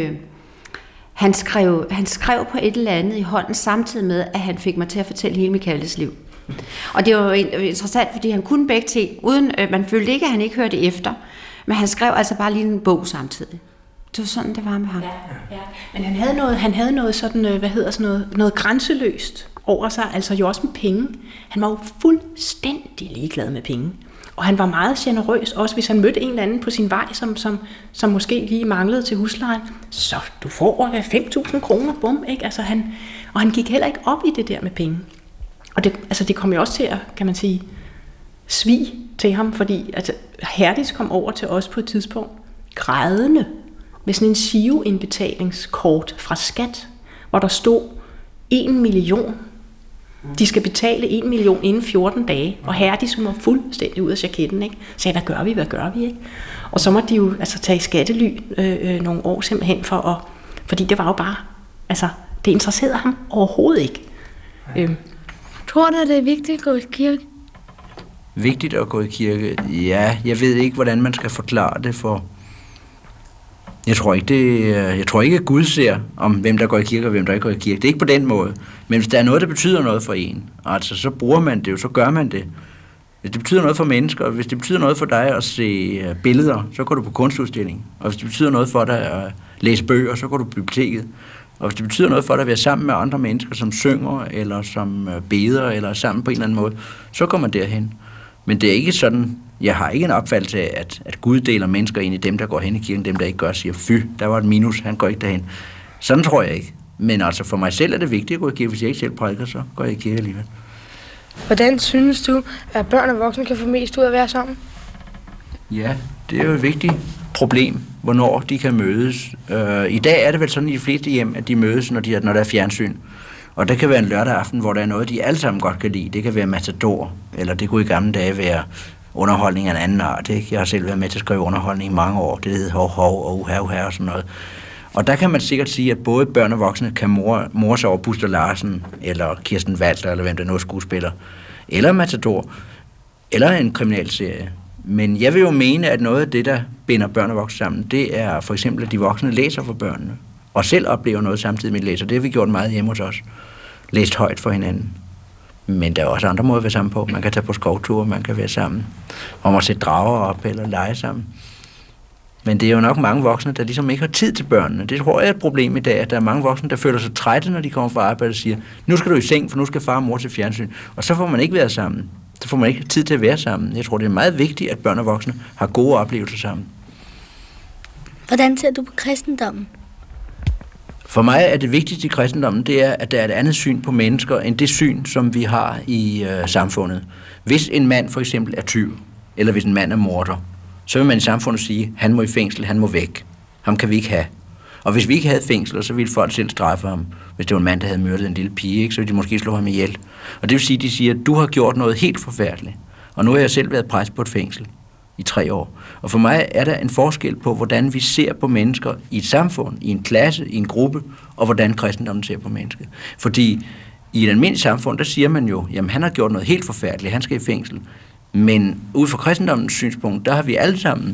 han skrev på et eller andet i hånden, samtidig med, at han fik mig til at fortælle hele Michaelis liv. Og det var jo interessant, fordi han kunne begge ting, uden man følte ikke, at han ikke hørte efter, men han skrev altså bare lige en bog samtidig. Det var sådan, det var med ham. Ja. Men han havde noget sådan, noget grænseløst over sig, altså jo også med penge. Han var jo fuldstændig ligeglad med penge. Og han var meget generøs, også hvis han mødte en eller anden på sin vej, som måske lige manglede til huslejen. Så du får 5.000 kroner, bum, ikke? Altså han gik heller ikke op i det der med penge. Og det kom jo også til at, kan man sige, svig til ham, fordi Herdis kom over til os på et tidspunkt, grædende, med sådan en SIO-indbetalingskort fra Skat, hvor der stod 1 million. De skal betale 1 million inden 14 dage, og Herdis var fuldstændig ud af jaketten, ikke? Så hvad gør vi, ikke? Og så måtte de jo tage i skattely nogle år simpelthen fordi det var jo bare, det interesserede ham overhovedet ikke. Tror du, det er vigtigt at gå i kirke? Vigtigt at gå i kirke? Ja, jeg ved ikke, hvordan man skal forklare det, for jeg tror ikke, at Gud ser om, hvem der går i kirke og hvem der ikke går i kirke. Det er ikke på den måde. Men hvis der er noget, der betyder noget for en, altså så bruger man det jo, så gør man det. Hvis det betyder noget for mennesker, og hvis det betyder noget for dig at se billeder, så går du på kunstudstilling. Og hvis det betyder noget for dig at læse bøger, så går du på biblioteket. Og hvis det betyder noget for dig at være sammen med andre mennesker, som synger, eller som beder, eller sammen på en eller anden måde, så går man derhen. Men det er ikke sådan, jeg har ikke en opfattelse af, at Gud deler mennesker ind i dem, der går hen i kirken, dem, der ikke gør, siger, fy, der var et minus, han går ikke derhen. Sådan tror jeg ikke. Men altså for mig selv er det vigtigt at gå i kirke. Hvis jeg ikke selv prædiker, så går jeg i kirke alligevel. Hvordan synes du, at børn og voksne kan få mest ud af at være sammen? Ja, det er jo et vigtigt problem, hvornår de kan mødes. I dag er det vel sådan i de fleste hjem, at de mødes, når der er fjernsyn. Og det kan være en lørdag aften, hvor der er noget, de alle sammen godt kan lide. Det kan være Matador, eller det kunne i gamle dage være underholdning af en anden art. Ikke? Jeg har selv været med til at skrive underholdning i mange år. Det hedder hov, hov og uha og sådan noget. Og der kan man sikkert sige, at både børn og voksne kan more sig over Buster Larsen, eller Kirsten Walther, eller hvem der nu er skuespiller, eller Matador, eller en kriminalserie. Men jeg vil jo mene, at noget af det, der binder børn og voksne sammen, det er for eksempel, at de voksne læser for børnene, og selv oplever noget samtidig med at læse. Det har vi gjort meget hjemme hos os. Læst højt for hinanden. Men der er også andre måder at være sammen på. Man kan tage på skovture, man kan være sammen om at sætte drager op eller lege sammen. Men det er jo nok mange voksne, der ligesom ikke har tid til børnene. Det tror jeg er et problem i dag, at der er mange voksne, der føler sig trætte, når de kommer fra arbejde og siger, nu skal du i seng, for nu skal far og mor til fjernsyn. Og så får man ikke været sammen. Så får man ikke tid til at være sammen. Jeg tror, det er meget vigtigt, at børn og voksne har gode oplevelser sammen. Hvordan ser du på kristendommen? For mig er det vigtigste i kristendommen, det er, at der er et andet syn på mennesker, end det syn, som vi har i samfundet. Hvis en mand for eksempel er tyv, eller hvis en mand er morder, så vil man i samfundet sige, han må i fængsel, han må væk. Ham kan vi ikke have. Og hvis vi ikke havde fængsler, så ville folk selv straffe ham. Hvis det var en mand, der havde myrdet en lille pige, ikke, så ville de måske slå ham ihjel. Og det vil sige, at de siger, at du har gjort noget helt forfærdeligt. Og nu har jeg selv været præst på et fængsel i 3 år. Og for mig er der en forskel på, hvordan vi ser på mennesker i et samfund, i en klasse, i en gruppe, og hvordan kristendommen ser på mennesket. Fordi i et almindeligt samfund, der siger man jo, jamen han har gjort noget helt forfærdeligt, han skal i fængsel. Men ud fra kristendommens synspunkt, der har vi alle sammen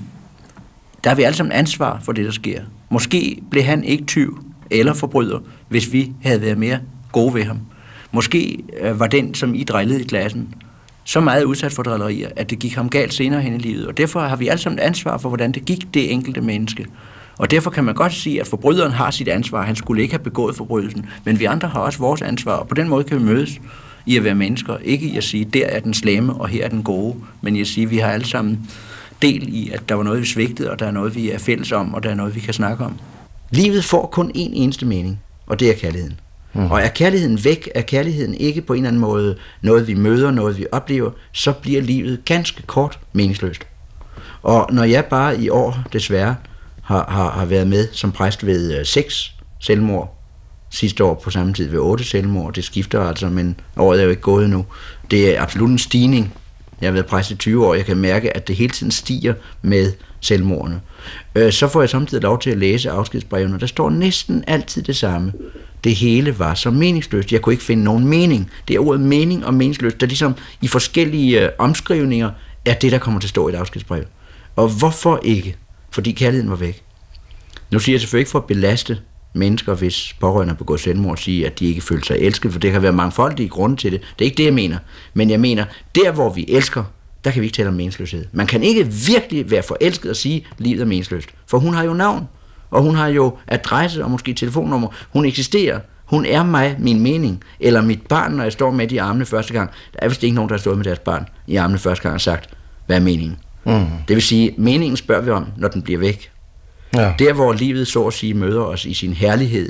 ansvar for det, der sker. Måske blev han ikke tyv eller forbryder, hvis vi havde været mere gode ved ham. Måske var den, som I drillede i klassen, så meget udsat for drillerier, at det gik ham galt senere hen i livet. Og derfor har vi alle sammen ansvar for, hvordan det gik det enkelte menneske. Og derfor kan man godt sige, at forbryderen har sit ansvar. Han skulle ikke have begået forbrydelsen. Men vi andre har også vores ansvar, og på den måde kan vi mødes i at være mennesker. Ikke i at sige, der er den slemme, og her er den gode. Men i at sige, at vi har alle sammen del i, at der var noget, vi svigtede, og der er noget, vi er fælles om, og der er noget, vi kan snakke om. Livet får kun én eneste mening, og det er kærligheden. Og er kærligheden væk, er kærligheden ikke på en eller anden måde noget, vi møder, noget, vi oplever, så bliver livet ganske kort meningsløst. Og når jeg bare i år, desværre, har været med som præst ved 6 selvmord, sidste år på samme tid ved 8 selvmord, det skifter altså, men året er jo ikke gået endnu. Det er absolut en stigning. Jeg har været præst i 20 år, jeg kan mærke, at det hele tiden stiger med selvmordene. Så får jeg samtidig lov til at læse afskedsbrevene, og der står næsten altid det samme. Det hele var så meningsløst. Jeg kunne ikke finde nogen mening. Det er ordet mening og meningsløst, der ligesom i forskellige omskrivninger er det, der kommer til at stå i et afskedsbrev. Og hvorfor ikke? Fordi kærligheden var væk. Nu siger jeg selvfølgelig ikke for at belaste mennesker, hvis pårørende har begået selvmord, sige, at de ikke føler sig elsket, for det kan være mangfoldige grunde til det. Det er ikke det, jeg mener. Men jeg mener, der hvor vi elsker, der kan vi ikke tale om meningsløshed. Man kan ikke virkelig være forelsket og sige, at livet er meningsløst. For hun har jo navn, og hun har jo adresse og måske telefonnummer. Hun eksisterer. Hun er mig, min mening. Eller mit barn, når jeg står med i armene første gang. Der er vist ikke nogen, der har stået med deres barn i armene første gang og sagt, hvad er meningen? Det vil sige, meningen spørger vi om, når den bliver væk. Ja. Der hvor livet så at sige møder os i sin herlighed,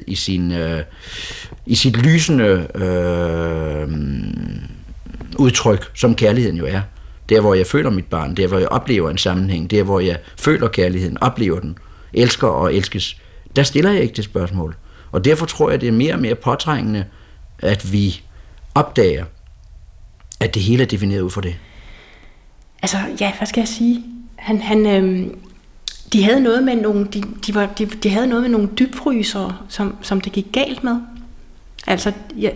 i sit lysende udtryk, som kærligheden jo er. Der hvor jeg føler mit barn, der hvor jeg oplever en sammenhæng, der hvor jeg føler kærligheden, oplever den, elsker og elskes, der stiller jeg ikke det spørgsmål. Og derfor tror jeg, det er mere og mere påtrængende, at vi opdager, at det hele er defineret ud fra det. Altså, ja, hvad skal jeg sige? De havde noget med nogle, de havde noget med nogle dybfrysere, som det gik galt med. Altså,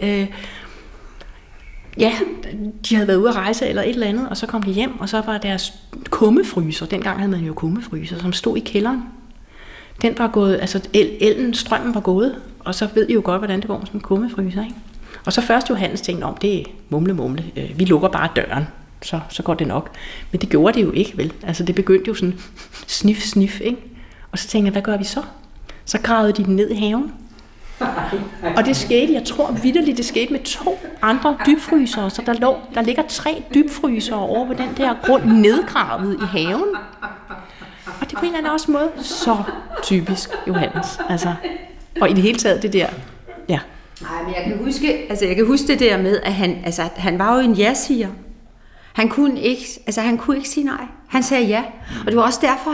de havde været ude at rejse eller et eller andet, og så kom de hjem, og så var deres kummefryser, dengang havde man jo kummefryser, som stod i kælderen. Den var gået, altså strømmen var gået, og så ved I jo godt, hvordan det går med sådan en kummefryser, ikke? Og så først Johannes tænkte om, det er mumle, vi lukker bare døren. så går det nok. Men det gjorde det jo ikke, vel? Altså det begyndte jo sådan snif, ikke? Og så tænkte jeg, hvad gør vi så? Så gravede de den ned i haven. Og det skete, jeg tror vitterligt, det skete med 2 andre dybfrysere, så der ligger 3 dybfrysere over på den der grund nedgravet i haven. Og det er på en eller anden også måde så typisk Johannes. Altså, og i det hele taget det der, ja. Nej, men jeg kan huske det der med, at han var jo en ja-siger. Han kunne ikke sige nej. Han sagde ja. Og det var også derfor,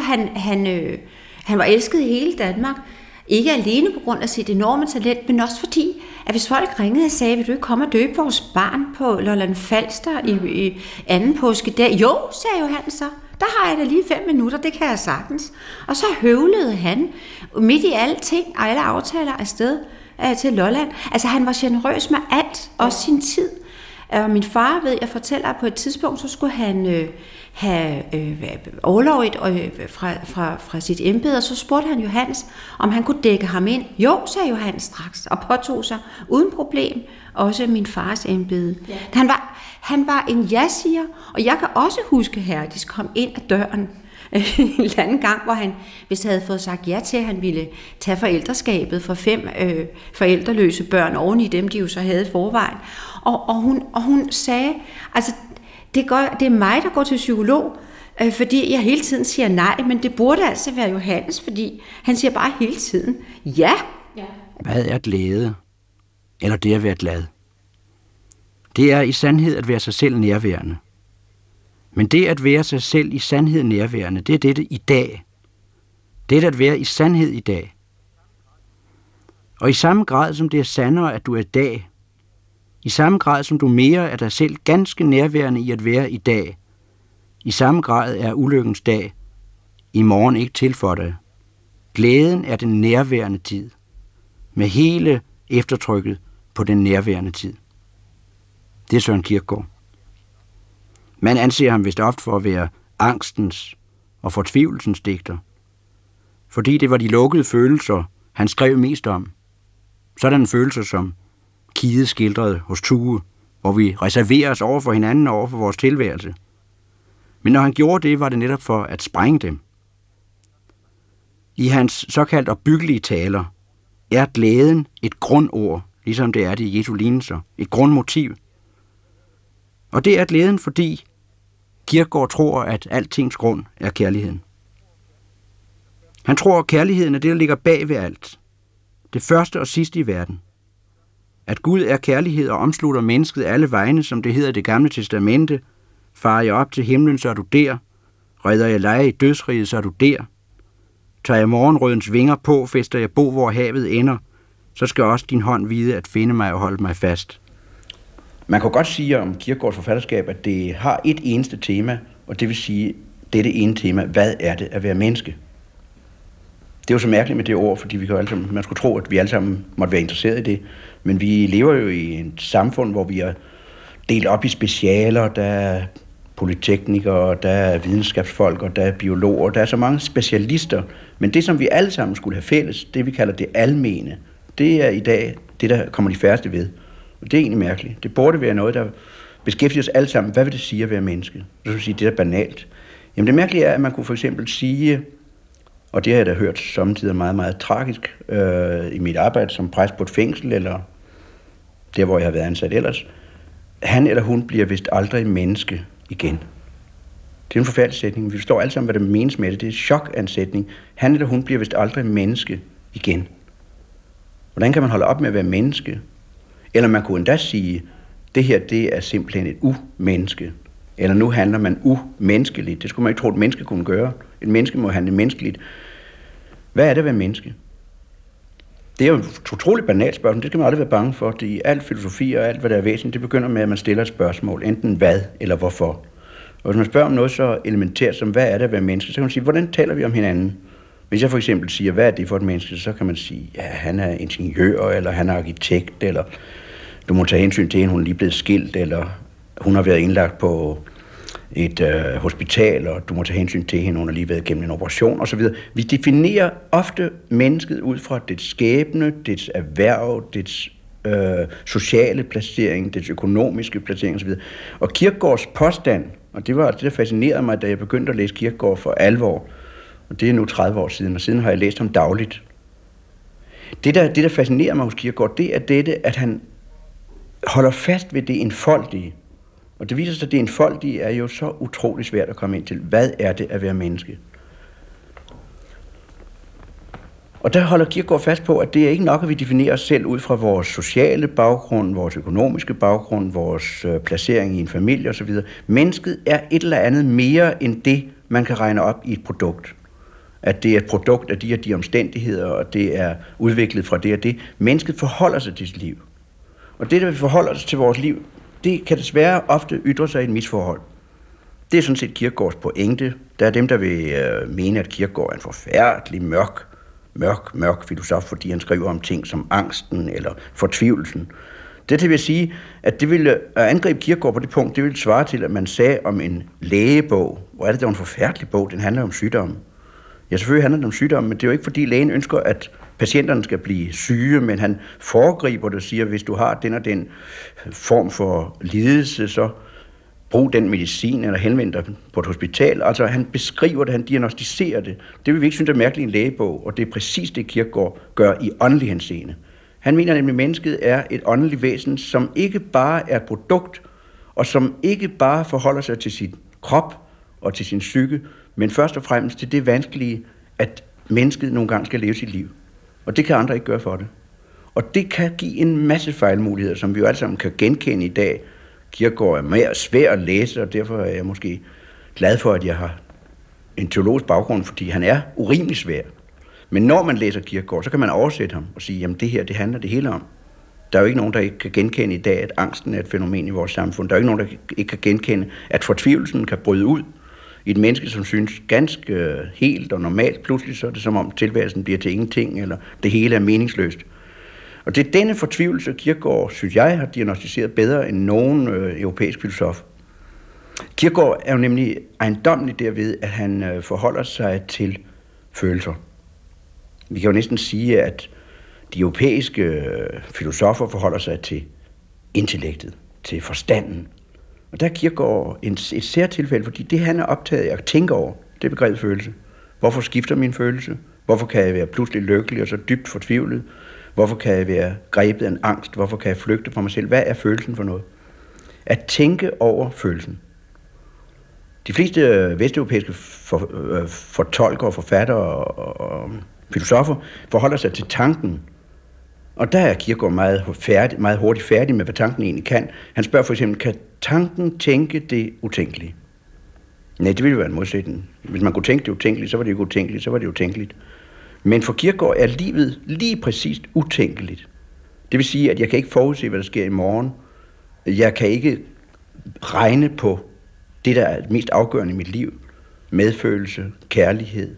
han var elsket i hele Danmark. Ikke alene på grund af sit enorme talent, men også fordi, at hvis folk ringede og sagde, vil du ikke komme og døbe vores barn på Lolland Falster i anden påskedag? Jo, sagde Johannes så. Der har jeg da lige 5 minutter, det kan jeg sagtens. Og så høvlede han midt i alle ting, alle aftaler afsted til Lolland. Altså han var generøs med alt, også sin tid. Og min far, jeg fortæller, at på et tidspunkt, så skulle han have overlov fra sit embede, og så spurgte han Johannes, om han kunne dække ham ind. Jo, sagde Johannes straks, og påtog sig uden problem også min fars embede. Ja. Han var en ja-siger, og jeg kan også huske, at Herdis kom ind ad døren en anden gang, hvor han hvis havde fået sagt ja til, at han ville tage forældreskabet for 5 forældreløse børn oven i dem, de jo så havde i forvejen. Og hun sagde, altså det er mig, der går til psykolog, fordi jeg hele tiden siger nej, men det burde altså være Johannes, fordi han siger bare hele tiden ja. Hvad er glæde? Eller det at være glad? Det er i sandhed at være sig selv nærværende. Men det at være sig selv i sandhed nærværende, det er dette i dag. Det er at være i sandhed i dag. Og i samme grad som det er sandere, at du er i dag, i samme grad som du mere er dig selv ganske nærværende i at være i dag, i samme grad er ulykkens dag i morgen ikke til for dig. Glæden er den nærværende tid, med hele eftertrykket på den nærværende tid. Det er Søren Kierkegaard. Man anser ham vist ofte for at være angstens og fortvivlelsens digter, fordi det var de lukkede følelser, han skrev mest om. Sådanne følelser som Kide skildrede hos Tue, hvor vi reserverer os over for hinanden og over for vores tilværelse. Men når han gjorde det, var det netop for at sprænge dem. I hans såkaldt opbyggelige taler er glæden et grundord, ligesom det er det i Jesu lignelser, et grundmotiv. Og det er glæden, fordi Kierkegaard tror, at altings grund er kærligheden. Han tror, at kærligheden er det, der ligger bag ved alt. Det første og sidste i verden. At Gud er kærlighed og omslutter mennesket alle vegne, som det hedder i det gamle testamente. Farer jeg op til himlen, så er du der. Redder jeg leje i dødsriget, så er du der. Tager jeg morgenrødens vinger på, fester jeg bo, hvor havet ender, så skal også din hånd vide at finde mig og holde mig fast. Man kan godt sige om Kierkegaards forfatterskab, at det har et eneste tema, og det vil sige, dette ene tema, hvad er det at være menneske? Det er jo så mærkeligt med det ord, fordi vi kan alle sammen, man skulle tro, at vi alle sammen måtte være interesseret i det, men vi lever jo i et samfund, hvor vi er delt op i specialer, der er polyteknikere, der er videnskabsfolk, og der er biologer, der er så mange specialister, men det, som vi alle sammen skulle have fælles, det vi kalder det almene, det er i dag det, der kommer de færreste ved. Og det er egentlig mærkeligt. Det burde være noget, der beskæftiger os alle sammen. Hvad vil det sige at være menneske? Det vil sige, det er banalt. Jamen det mærkelige er, at man kunne for eksempel sige, og det har jeg da hørt samtidig meget, meget tragisk i mit arbejde som præst på et fængsel, eller der, hvor jeg har været ansat ellers, han eller hun bliver vist aldrig menneske igen. Det er en forfærdelig sætning. Vi forstår alle sammen, hvad det menes med det. Det er en chokansætning. Han eller hun bliver vist aldrig menneske igen. Hvordan kan man holde op med at være menneske? Eller man kunne endda sige, det her, det er simpelthen et umenneske. Eller nu handler man umenneskeligt. Det skulle man ikke tro, et menneske kunne gøre. Et menneske må handle menneskeligt. Hvad er det at være menneske? Det er jo et utroligt banalt spørgsmål. Det skal man aldrig være bange for. Det er alt filosofi og alt, hvad der er væsentligt, det begynder med, at man stiller et spørgsmål. Enten hvad eller hvorfor. Og hvis man spørger om noget så elementært som, hvad er det at være menneske, så kan man sige, hvordan taler vi om hinanden? Hvis jeg for eksempel siger, hvad er det for et menneske, så kan man sige, ja, han er ingeniør, eller han er arkitekt, eller du må tage hensyn til hende, hun er lige blevet skilt, eller hun har været indlagt på et hospital, og du må tage hensyn til hende, hun har lige været gennem en operation, osv. Vi definerer ofte mennesket ud fra dets skæbne, dets erhverv, dets sociale placering, dets økonomiske placering osv. Og Kierkegaards påstand, og det var det, der fascinerede mig, da jeg begyndte at læse Kierkegaard for alvor, og det er nu 30 år siden, og siden har jeg læst ham dagligt. Det, der fascinerer mig hos Kierkegaard, det er dette, at han holder fast ved det enfoldige. Og det viser sig, at det enfoldige er jo så utrolig svært at komme ind til. Hvad er det at være menneske? Og der holder Kierkegaard fast på, at det er ikke nok, at vi definerer os selv ud fra vores sociale baggrund, vores økonomiske baggrund, vores placering i en familie osv. Mennesket er et eller andet mere end det, man kan regne op i et produkt. At det er et produkt af de og de omstændigheder, og det er udviklet fra det og det. Mennesket forholder sig til sit liv. Og det, der vi forholder os til vores liv, det kan desværre ofte ytre sig i et misforhold. Det er sådan set Kierkegaards pointe. Der er dem, der vil mene, at Kierkegaard er en forfærdelig mørk filosof, fordi han skriver om ting som angsten eller fortvivlelsen. Det vil sige, at det ville at angribe Kierkegaard på det punkt, det ville svare til, at man sagde om en lægebog, hvor er det, der er en forfærdelig bog, den handler om sygdomme. Ja, selvfølgelig handler det om sygdomme, men det er jo ikke, fordi lægen ønsker, at patienterne skal blive syge, men han foregriber det og siger, at hvis du har den og den form for lidelse, så brug den medicin, eller henvend dig på et hospital. Altså han beskriver det, han diagnostiserer det. Det vil vi ikke synes er mærkeligt i en lægebog, og det er præcis det, Kierkegaard gør i åndelig henseende. Han mener nemlig, at mennesket er et åndeligt væsen, som ikke bare er et produkt, og som ikke bare forholder sig til sin krop og til sin psyke, men først og fremmest til det vanskelige, at mennesket nogle gange skal leve sit liv. Og det kan andre ikke gøre for det. Og det kan give en masse fejlmuligheder, som vi jo alle sammen kan genkende i dag. Kierkegaard er mere svær at læse, og derfor er jeg måske glad for, at jeg har en teologisk baggrund, fordi han er urimelig svær. Men når man læser Kierkegaard, så kan man oversætte ham og sige, jamen det her, det handler det hele om. Der er jo ikke nogen, der ikke kan genkende i dag, at angsten er et fænomen i vores samfund. Der er jo ikke nogen, der ikke kan genkende, at fortvivlelsen kan bryde ud i et menneske, som synes ganske helt og normalt. Pludselig så er det som om tilværelsen bliver til ingenting, eller det hele er meningsløst. Og det er denne fortvivlelse, Kierkegaard, synes jeg, har diagnosticeret bedre end nogen europæisk filosof. Kierkegaard er jo nemlig ejendommelig derved, at han forholder sig til følelser. Vi kan jo næsten sige, at de europæiske filosofer forholder sig til intellektet, til forstanden. Og der er Kierkegaard et særtilfælde, fordi det han er optaget af at tænke over, det er begrebet følelse. Hvorfor skifter min følelse? Hvorfor kan jeg være pludselig lykkelig og så dybt fortvivlet? Hvorfor kan jeg være grebet af en angst? Hvorfor kan jeg flygte fra mig selv? Hvad er følelsen for noget? At tænke over følelsen. De fleste vesteuropæiske fortolkere, forfattere og filosofer forholder sig til tanken. Og der er Kierkegaard meget hurtigt færdig med, hvad tanken egentlig kan. Han spørger for eksempel, kan tanken tænke det utænkelige? Nej, det ville jo være en modsætning. Hvis man kunne tænke det utænkelige, så var det jo utænkeligt, så var det utænkeligt. Men for Kierkegaard er livet lige præcist utænkeligt. Det vil sige, at jeg kan ikke forudse, hvad der sker i morgen. Jeg kan ikke regne på det, der er mest afgørende i mit liv. Medfølelse, kærlighed,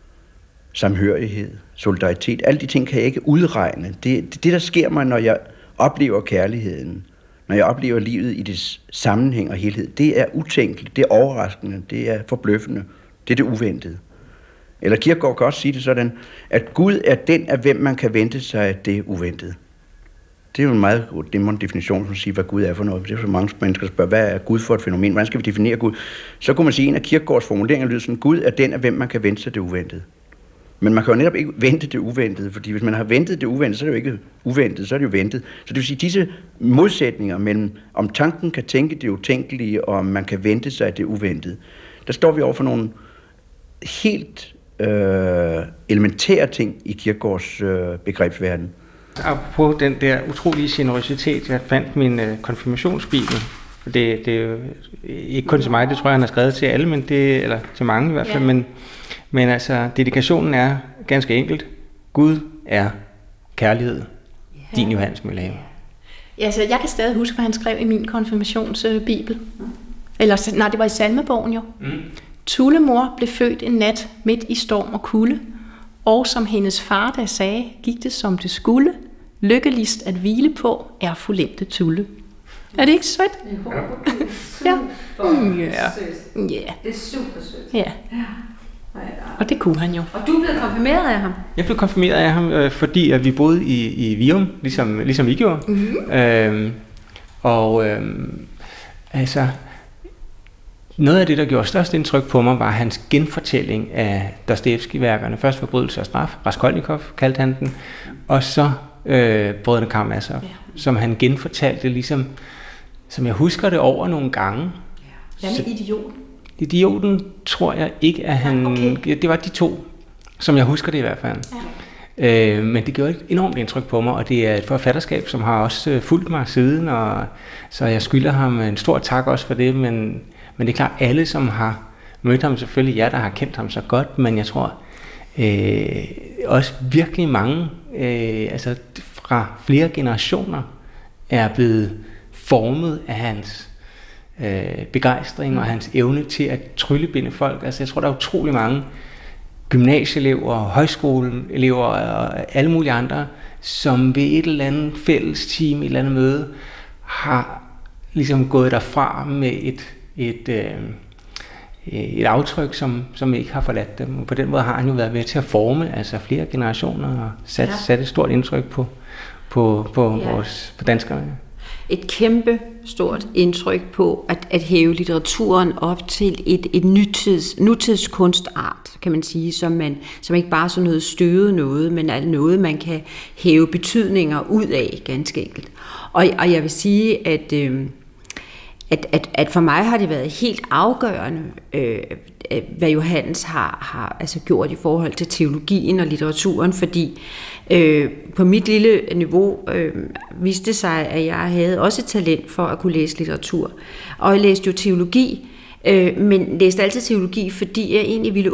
samhørighed, solidaritet. Alle de ting kan jeg ikke udregne. Det der sker mig, når jeg oplever kærligheden, når jeg oplever livet i dets sammenhæng og helhed, det er utænkeligt, det er overraskende, det er forbløffende, det er det uventede. Eller Kierkegaard kan også sige det sådan, at Gud er den, af hvem man kan vente sig det uventede. Det er jo en meget god definition, som siger, hvad Gud er for noget. Det er så mange mennesker, der spørger, hvad er Gud for et fænomen? Hvordan skal vi definere Gud? Så kunne man sige, at en af Kierkegaards formuleringer lyder sådan, Gud er den, af hvem man kan vente sig det uventede. Men man kan jo netop ikke vente det uventede, fordi hvis man har ventet det uventede, så er det jo ikke uventet, så er det jo ventet. Så det vil sige, disse modsætninger mellem, om tanken kan tænke det utænkelige, og om man kan vente sig det uventede, der står vi over for nogle helt elementære ting i Kierkegaards begrebsverden. Apropos den der utrolige generøsitet, jeg fandt min konfirmationsbibel. Det er jo ikke kun til mig, det tror jeg, han har skrevet til alle, men det, eller til mange i hvert fald, ja. Men altså, dedikationen er ganske enkelt. Gud er kærlighed. Ja. Din Johannes Møllehave. Ja, så jeg kan stadig huske, hvad han skrev i min konfirmationsbibel. Eller, nej, det var i Salmebogen jo. Tullemor blev født en nat midt i storm og kulde, og som hendes far da sagde, gik det som det skulle. Lykkeligst at hvile på er fuldendte Tulle. Er det ikke sødt? Ja. Ja. Det er super sødt. Ja. Og det kunne han jo. Og du blev konfirmeret af ham? Jeg blev konfirmeret af ham, fordi at vi boede i Virum, ligesom I gjorde. Mm-hmm. Altså, noget af det, der gjorde størst indtryk på mig, var hans genfortælling af Dostojevskij-værkerne. Først Forbrydelse og straf, Raskolnikov kaldte han den, og så Brødrene Karamazov, som han genfortalte, ligesom, som jeg husker det over nogle gange. Hvad med Idioten? Idioten tror jeg ikke, at han... Okay. Det var de to, som jeg husker det i hvert fald. Ja. Men det gjorde et enormt indtryk på mig, og det er et forfatterskab, som har også fulgt mig siden, og så jeg skylder ham en stor tak også for det, men det er klart, alle, som har mødt ham, selvfølgelig jer, der har kendt ham så godt, men jeg tror også virkelig mange, altså fra flere generationer, er blevet formet af hans begejstring og hans evne til at tryllebinde folk. Altså jeg tror, der er utrolig mange gymnasieelever, højskoleelever og alle mulige andre, som ved et eller andet fælles team, et eller andet møde, har ligesom gået derfra med et aftryk, som ikke har forladt dem. Og på den måde har han jo været med til at forme altså flere generationer og sat et stort indtryk på danskerne. Et kæmpe stort indtryk på at hæve litteraturen op til et nutidskunstart, kan man sige, som ikke bare sådan noget støvet noget, men er noget, man kan hæve betydninger ud af, ganske enkelt. Og jeg vil sige, at for mig har det været helt afgørende, hvad Johannes har altså gjort i forhold til teologien og litteraturen, fordi på mit lille niveau viste det sig, at jeg havde også et talent for at kunne læse litteratur. Og jeg læste jo teologi, men læste altid teologi, fordi jeg egentlig ville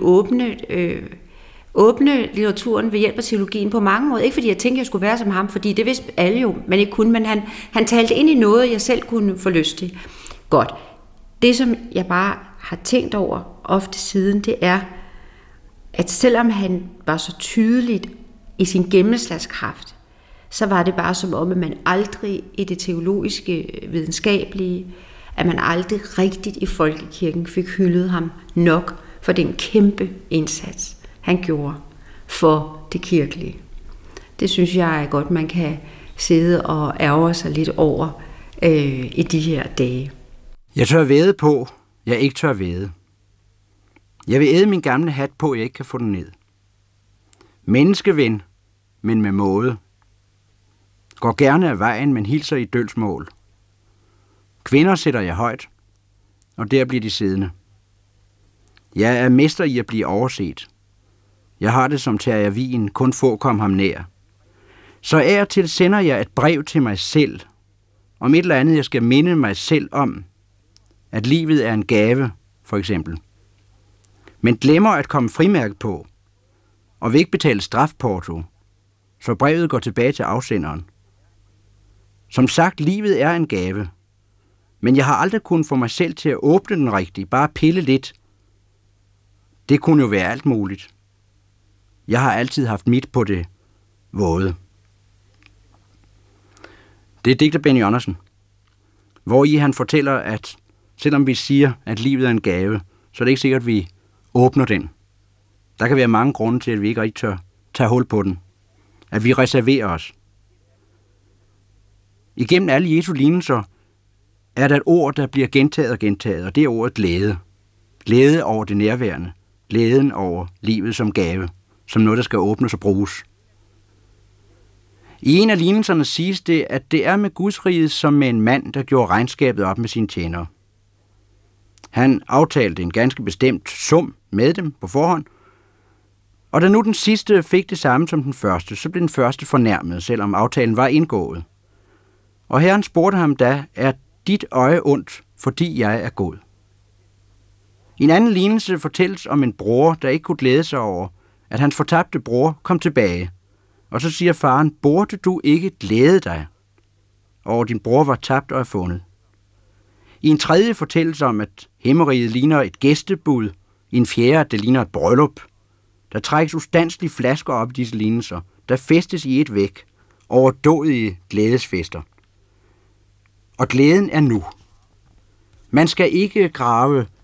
åbne litteraturen ved hjælp af teologien på mange måder. Ikke fordi jeg tænkte, jeg skulle være som ham, fordi det vidste alle jo, men ikke kun, men han talte ind i noget, jeg selv kunne få lyst til. Godt. Det, som jeg bare har tænkt over ofte siden, det er, at selvom han var så tydeligt i sin gennemslagskraft, så var det bare som om, at man aldrig i det teologiske, videnskabelige, at man aldrig rigtigt i folkekirken fik hyldet ham nok for den kæmpe indsats, han gjorde for det kirkelige. Det synes jeg er godt, man kan sidde og ærge sig lidt over i de her dage. Jeg tør vædde på, jeg ikke tør vædde. Jeg vil æde min gamle hat på, jeg ikke kan få den ned. Menneskeven, men med måde. Går gerne af vejen, men hilser i dølsmål. Kvinder sætter jeg højt, og der bliver de siddende. Jeg er mester i at blive overset. Jeg har det som Terje Wien, kun få kom ham nær. Så af og til sender jeg et brev til mig selv, om et eller andet, jeg skal minde mig selv om, at livet er en gave, for eksempel. Men glemmer at komme frimærke på, og vil ikke betale strafporto, så brevet går tilbage til afsenderen. Som sagt, livet er en gave, men jeg har aldrig kunnet få mig selv til at åbne den rigtigt, bare pille lidt. Det kunne jo være alt muligt. Jeg har altid haft mit på det våde. Det er digter Benny Andersen, hvor i han fortæller, at selvom vi siger, at livet er en gave, så er det ikke sikkert, at vi åbner den. Der kan være mange grunde til, at vi ikke rigtig tør tage hul på den. At vi reserverer os. Igennem alle Jesu lignelser er der et ord, der bliver gentaget og gentaget, og det er ordet glæde. Glæde over det nærværende. Glæden over livet som gave. Som noget, der skal åbnes og bruges. I en af lignelserne siges det, at det er med Gudsriget som med en mand, der gjorde regnskabet op med sine tjenere. Han aftalte en ganske bestemt sum med dem på forhånd, og da nu den sidste fik det samme som den første, så blev den første fornærmet, selvom aftalen var indgået. Og herren spurgte ham da, er dit øje ondt, fordi jeg er god? I en anden lignelse fortælles om en bror, der ikke kunne glæde sig over, at hans fortabte bror kom tilbage. Og så siger faren, burde du ikke glæde dig over, at din bror var tabt og er fundet? I en tredje fortællelse om, at himmeriget ligner et gæstebud. I en fjerde, at det ligner et bryllup. Der trækkes ustandslige flasker op i disse lignelser. Der festes i et væk. Overdådige glædesfester. Og glæden er nu. Man skal ikke grave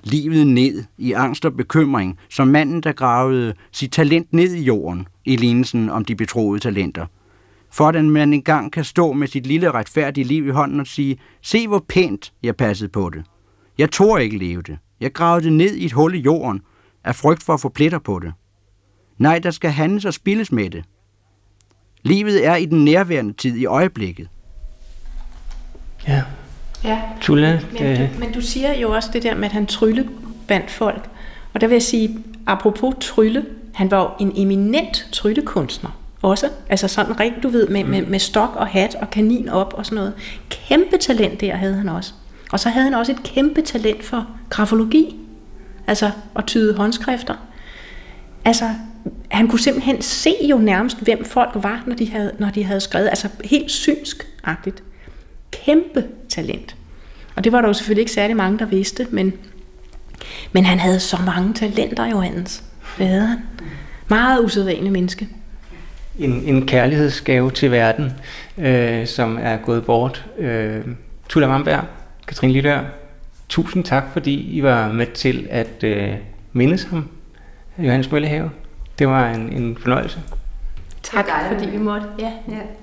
livet ned i angst og bekymring, som manden, der gravede sit talent ned i jorden i lignelsen om de betroede talenter. For at man engang kan stå med sit lille retfærdige liv i hånden og sige, se hvor pænt jeg passede på det. Jeg tør ikke leve det. Jeg gravede det ned i et hul i jorden af frygt for at få pletter på det. Nej, der skal handles og spildes med det. Livet er i den nærværende tid, i øjeblikket. Ja. Ja, Tulla, men du siger jo også det der med, at han trylle bandt folk. Og der vil jeg sige, apropos trylle, han var jo en eminent tryllekunstner også. Altså sådan rigtig, du ved, med stok og hat og kanin op og sådan noget. Kæmpe talent der havde han også. Og så havde han også et kæmpe talent for grafologi. Altså at tyde håndskrifter. Altså, han kunne simpelthen se jo nærmest, hvem folk var, når de havde skrevet. Altså helt synsk-agtigt. Kæmpe talent. Og det var der jo selvfølgelig ikke særlig mange, der vidste, men han havde så mange talenter, Johannes. Det havde han. Meget usædvanlig menneske. En kærlighedsgave til verden, som er gået bort. Tulla Wamberg, Katrine Lydør, tusind tak, fordi I var med til at mindes ham, Johannes Møllehave. Det var en fornøjelse. Tak, fordi vi måtte. Ja.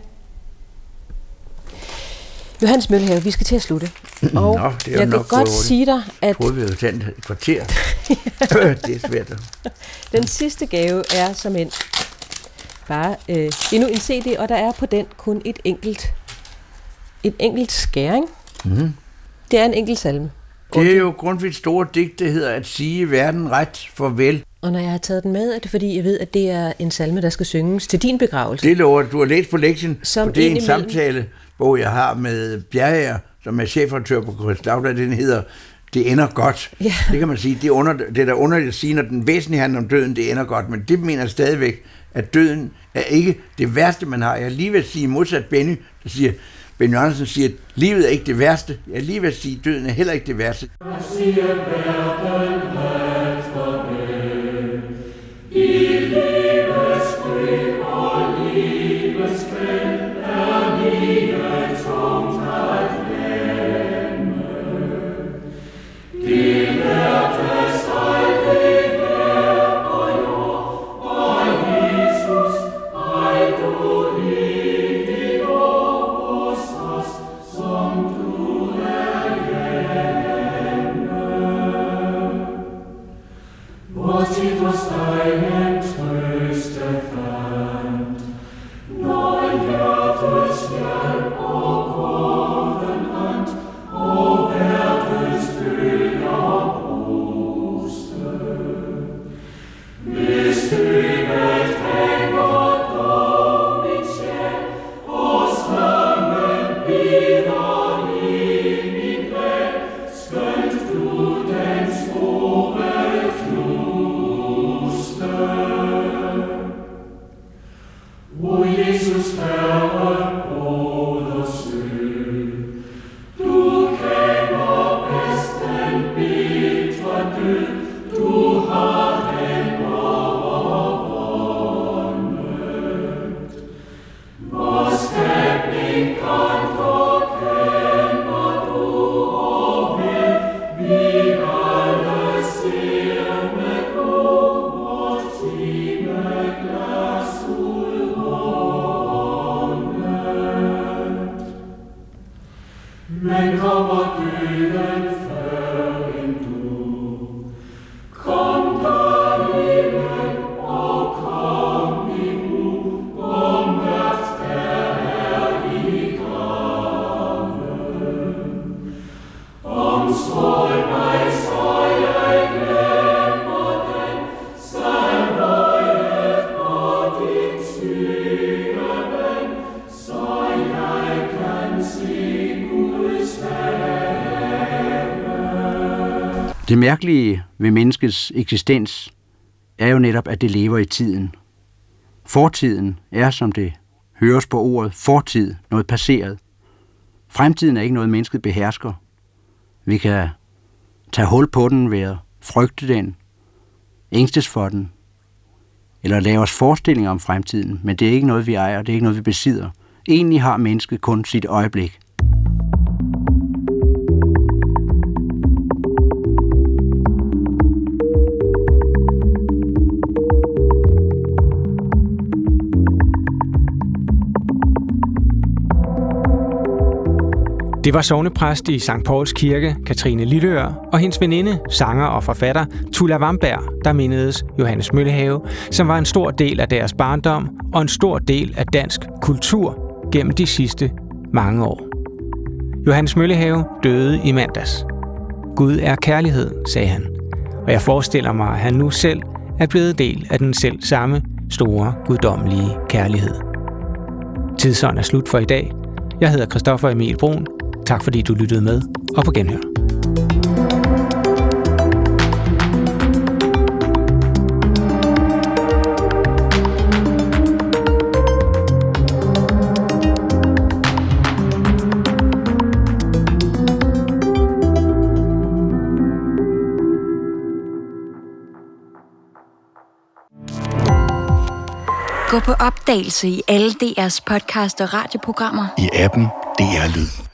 Johannes Møllehave, vi skal til at slutte. Og jeg kan godt sige dig, at... Jeg troede, vi havde taget et kvarter. Det er svært. Den sidste gave er som bare endnu en CD, og der er på den kun et enkelt skæring. Mm. Det er en enkelt salme. Det er jo Grundtvigs store digt, det hedder At sige verden ret farvel. Og når jeg har taget den med, er det fordi, jeg ved, at det er en salme, der skal synges til din begravelse. Det lover du har læst på lektien, og det er en samtalebog, jeg har med Bjerger, som er chefredaktør på Kristeligt Dagblad. Den hedder Det ender godt. Ja. Det kan man sige, det er der underligt at sige, når den væsentlige handler om døden, det ender godt. Men det mener stadigvæk, at døden er ikke det værste, man har. Jeg lige vil sige modsat Benny, der siger... Benny Andersen siger, at livet er ikke det værste. Jeg lige vil sige, at døden er heller ikke det værste. Jeg siger verden ret farvel. I livets gry og livets gæld er livet tungt at glemme. Det lærtes aldrig her på jord, og Jesus, ej du i dit år hos os, som du er hjemme. Hvor tit hos dig en trøste fandt, når hjertets hjælp og gården handt, og verdens bølger bruste. Hvis livet hænger dog min sjæl, og strømmen bider i min væg, skønt du den store knuste. O Jesus, Herre, brod og sød, du kender bedst den bitre død, du har den overvundet. Vor skabning kan og kender du, og vil vi alle ser med gå vores timeglas udrundet. Men kommer døden før end du, kom der himmel og kom i ro, og mørkt er i graven. Omstrål mig, så jeg glemmer den, salvøjet på din syge ven, så jeg kan se Guds have. Det mærkelige ved menneskets eksistens er jo netop, at det lever i tiden. Fortiden er, som det høres på ordet, fortid, noget passeret. Fremtiden er ikke noget, mennesket behersker. Vi kan tage hul på den ved at frygte den, ængstes for den, eller lave os forestillinger om fremtiden, men det er ikke noget, vi ejer, det er ikke noget, vi besidder. Egentlig har mennesket kun sit øjeblik. Det var sognepræst i St. Pauls Kirke, Katrine Lilleør, og hendes veninde, sanger og forfatter, Tulla Wamberg, der mindedes Johannes Møllehave, som var en stor del af deres barndom og en stor del af dansk kultur gennem de sidste mange år. Johannes Møllehave døde i mandags. Gud er kærlighed, sagde han, og jeg forestiller mig, at han nu selv er blevet del af den selv samme store, guddommelige kærlighed. Tidsånd er slut for i dag. Jeg hedder Christoffer Emil Bruun. Tak fordi du lyttede med, og på genhør. Gå på opdagelse i alle DR's podcast og radioprogrammer. I appen DR Lyd.